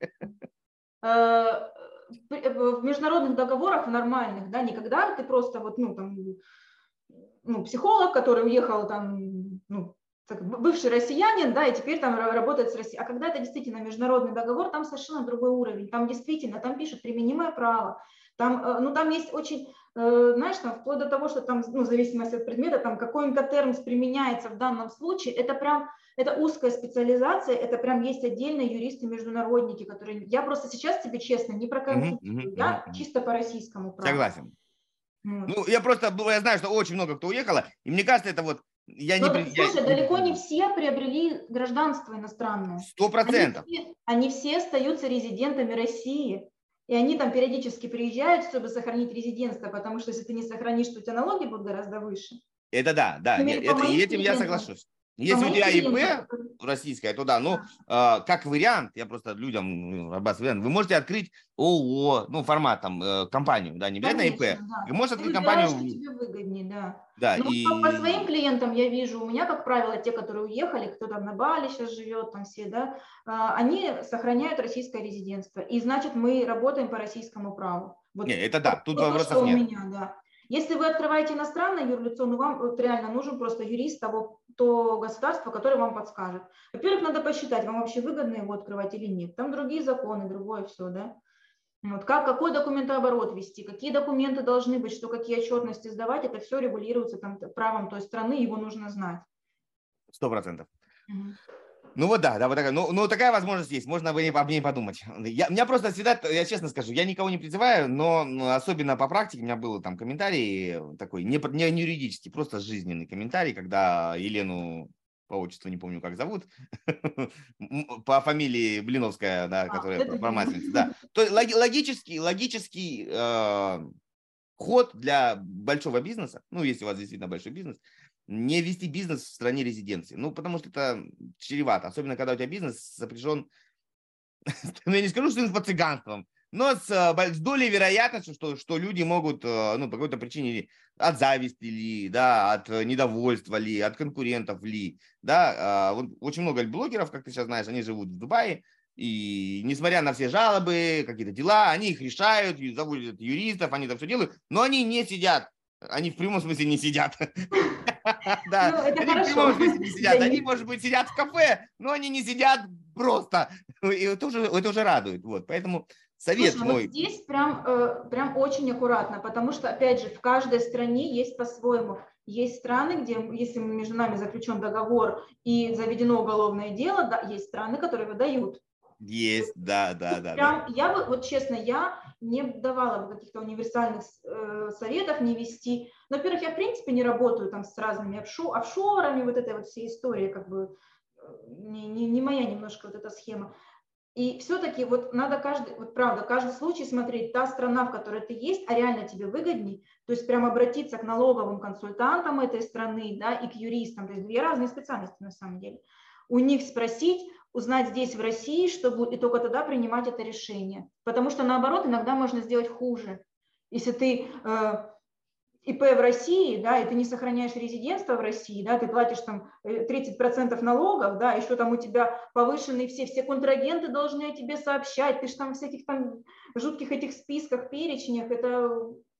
В международных договорах, в нормальных, да, никогда ты просто вот, ну, там, ну, психолог, который уехал там, ну, бывший россиянин, да, и теперь там работает с Россией. А когда это действительно международный договор, там совершенно другой уровень. Там действительно, там пишут применимое право. Там, ну, там есть очень, знаешь, там, вплоть до того, что там, ну, в зависимости от предмета, там, какой-то термин применяется в данном случае, это прям, это узкая специализация, это прям есть отдельные юристы-международники, которые, я просто сейчас тебе честно не проконсультирую, mm-hmm, я mm-hmm. чисто по российскому праву. Согласен. Mm. Ну, я просто, я знаю, что очень много кто уехало, и мне кажется, это вот, я Но, не... Слушай, я... далеко не все приобрели гражданство иностранное. Сто процентов. Они, они все остаются резидентами России. И они там периодически приезжают, чтобы сохранить резидентство, потому что если ты не сохранишь, то у тебя налоги будут гораздо выше. Это да, да, нет, это, и этим я соглашусь. Если у тебя ИП российское, то да, ну, да. э, как вариант, я просто людям, вариант, вы можете открыть ООО, ну, формат там, э, компанию, да, не обязательно ИП, да. вы можете ты открыть компанию. Что тебе выгоднее, да. Да, ну, и... по своим клиентам я вижу, у меня, как правило, те, которые уехали, кто там на Бали сейчас живет, там все, да, э, они сохраняют российское резидентство, и значит, мы работаем по российскому праву. Вот нет, это да, тут то, вопросов что нет. У меня, да. Если вы открываете иностранное юрлицо, ну вам вот реально нужен просто юрист того, то государства, которое вам подскажет. Во-первых, надо посчитать, вам вообще выгодно его открывать или нет. Там другие законы, другое все, да. Вот как, какой документооборот вести, какие документы должны быть, что какие отчетности сдавать, это все регулируется там правом той страны, его нужно знать. Сто процентов. Ну вот да, да, вот такая, ну, ну такая возможность есть, можно об ней подумать. Я, меня просто всегда, я честно скажу, я никого не призываю, но особенно по практике у меня был там комментарий такой, не, не, не юридический, просто жизненный комментарий, когда Елену по отчеству не помню, как зовут, по фамилии Блиновская, да, которая промышленница, да. То есть логический, логический э, ход для большого бизнеса, ну, если у вас действительно большой бизнес, не вести бизнес в стране резиденции. Ну, потому что это чревато, особенно когда у тебя бизнес сопряжен, ну, я не скажу, что с инфо-цыганством, но с, с долей вероятности, что, что люди могут, ну, по какой-то причине от зависти ли, да, от недовольства ли, от конкурентов ли, да. Вот очень много блогеров, как ты сейчас знаешь, они живут в Дубае, и несмотря на все жалобы, какие-то дела, они их решают, заводят юристов, они там все делают, но они не сидят, они в прямом смысле не сидят. Да, они в прямом смысле не сидят, они, может быть, сидят в кафе, но они не сидят просто, и это уже, это уже радует, вот, поэтому... Совет Слушай, мой. Вот здесь прям, э, прям очень аккуратно, потому что, опять же, в каждой стране есть по-своему. Есть страны, где, если между нами заключен договор и заведено уголовное дело, да, есть страны, которые выдают. Есть, да, да, да. Прям, да. Я бы, вот честно, я не давала бы каких-то универсальных э, советов не вести. Но, во-первых, я, в принципе, не работаю там с разными офшо- офшорами, вот этой вот всей истории, как бы, не, не, не моя немножко вот эта схема. И все-таки вот надо каждый, вот правда, каждый случай смотреть, та страна, в которой ты есть, а реально тебе выгодней, то есть прям обратиться к налоговым консультантам этой страны, да, и к юристам, то есть две разные специальности на самом деле. У них спросить, узнать здесь в России, чтобы и только тогда принимать это решение. Потому что наоборот, иногда можно сделать хуже. Если ты э, ИП в России, да, и ты не сохраняешь резидентство в России, да, ты платишь там тридцать процентов налогов, да, еще там у тебя повышенные все, все контрагенты должны о тебе сообщать, ты же там в всяких там жутких этих списках, перечнях, это...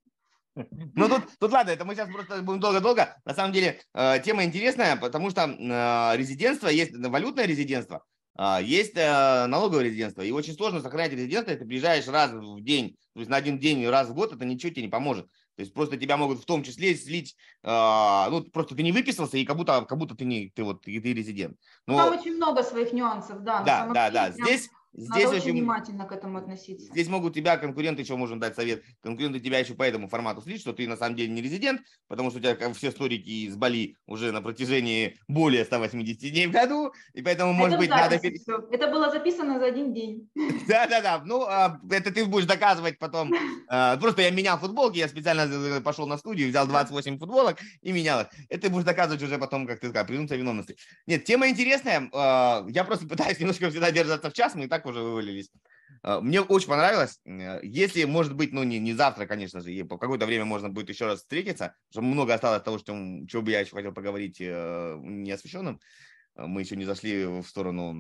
Ну тут, тут ладно, это мы сейчас просто будем долго-долго. На самом деле э, тема интересная, потому что э, резидентство, есть валютное резидентство, э, есть э, налоговое резидентство, и очень сложно сохранять резидентство, если ты приезжаешь раз в день, то есть на один день раз в год, это ничего тебе не поможет. То есть просто тебя могут в том числе слить, э, ну просто ты не выписался, и как будто, как будто ты не ты вот ты резидент. Но... Там очень много своих нюансов, да. На да, самом да, деле, да. Здесь, надо здесь очень очень внимательно к этому относиться. Здесь могут тебя конкуренты, еще можем дать совет, конкуренты тебя еще по этому формату слить, что ты на самом деле не резидент, потому что у тебя все сторики из Бали уже на протяжении более ста восьмидесяти дней в году, и поэтому, может это быть, надо... Все. Это было записано за один день. Да-да-да, ну, это ты будешь доказывать потом. Просто я менял футболки, я специально пошел на студию, взял двадцать восемь футболок и менял их. Это ты будешь доказывать уже потом, как ты сказал, презумпция виновности. Нет, тема интересная, я просто пытаюсь немножко всегда держаться в час, мы и так уже вывалились. Мне очень понравилось. Если, может быть, ну не, не завтра, конечно же, и по какое-то время можно будет еще раз встретиться, потому что много осталось того, что, чего бы я еще хотел поговорить неосвещенным. Мы еще не зашли в сторону,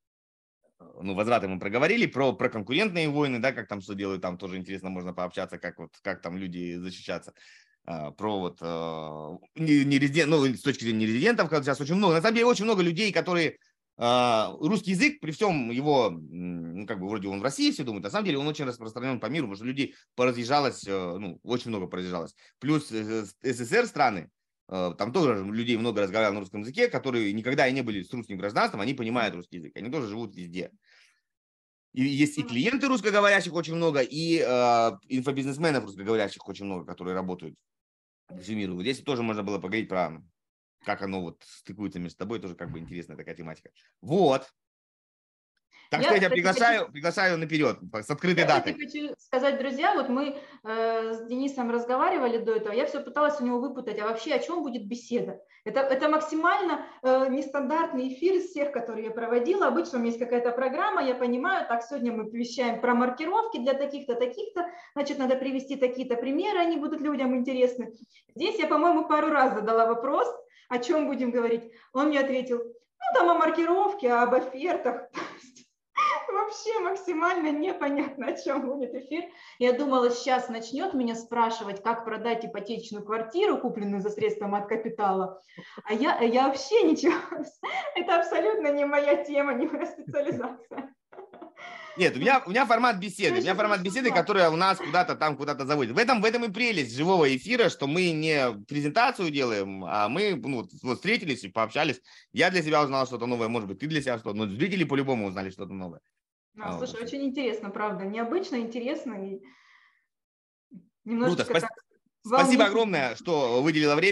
ну, возврата мы проговорили, про, про конкурентные войны, да, как там что делают, там тоже интересно, можно пообщаться, как, вот, как там люди защищаться. Про вот, не, не резидент, ну, с точки зрения нерезидентов, сейчас очень много, на самом деле очень много людей, которые русский язык, при всем его, ну, как бы вроде он в России все думают, на самом деле он очень распространен по миру, потому что людей поразъезжалось, ну, очень много поразъезжалось. Плюс СССР страны, там тоже людей много разговаривали на русском языке, которые никогда и не были с русским гражданством, они понимают русский язык, они тоже живут везде. И есть и клиенты русскоговорящих очень много, и э, инфобизнесменов русскоговорящих очень много, которые работают по всему миру. Здесь тоже можно было поговорить про... как оно вот стыкуется между собой, тоже как бы интересная такая тематика. Вот. Так я, что я тебя приглашаю, хочу... приглашаю наперед, с открытой я, датой. Я хочу сказать, друзья, вот мы э, с Денисом разговаривали до этого, я все пыталась у него выпутать, а вообще о чем будет беседа? Это, это максимально э, нестандартный эфир из всех, которые я проводила. Обычно у меня есть какая-то программа, я понимаю, так, сегодня мы вещаем про маркировки для таких-то, таких-то, значит, надо привести такие-то примеры, они будут людям интересны. Здесь я, по-моему, пару раз задала вопрос, о чем будем говорить. Он мне ответил, ну, там о маркировке, об офертах. Вообще максимально непонятно, о чем будет эфир. Я думала, сейчас начнет меня спрашивать, как продать ипотечную квартиру, купленную за средством от капитала. А я, я вообще ничего. Это абсолютно не моя тема, не моя специализация. Нет, у меня, у меня формат беседы. У меня формат беседы, которая у нас куда-то там, куда-то заводит. В этом, в этом и прелесть живого эфира, что мы не презентацию делаем, а мы ну, вот, встретились и пообщались. Я для себя узнал что-то новое, может быть, ты для себя что-то. Но зрители по-любому узнали что-то новое. А, слушай, вот. Очень интересно, правда. Необычно, интересно и немножечко... Круто, спасибо. Спасибо огромное, что выделила время.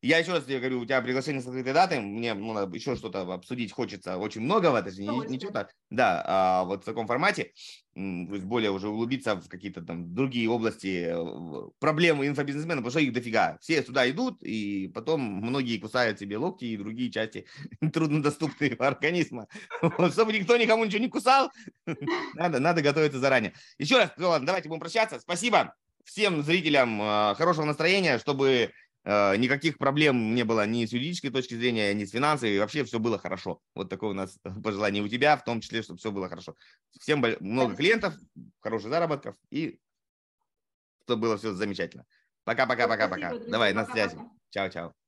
Я еще раз тебе говорю, у тебя приглашение с открытой датой, мне ну, еще что-то обсудить хочется очень многого, это же не, не что-то, да, а вот в таком формате, то есть более уже углубиться в какие-то там другие области проблемы инфобизнесмена, потому что их дофига. Все сюда идут, и потом многие кусают себе локти и другие части труднодоступного организма. Вот, чтобы никто никому ничего не кусал, надо, надо готовиться заранее. Еще раз, ну, ладно, давайте будем прощаться. Спасибо всем зрителям, хорошего настроения, чтобы никаких проблем не было ни с юридической точки зрения, ни с финансовой, и вообще все было хорошо. Вот такое у нас пожелание у тебя, в том числе, чтобы все было хорошо. Всем много клиентов, хороших заработков, и чтобы было все замечательно. Пока-пока-пока-пока. Давай, на связи. Чао-чао.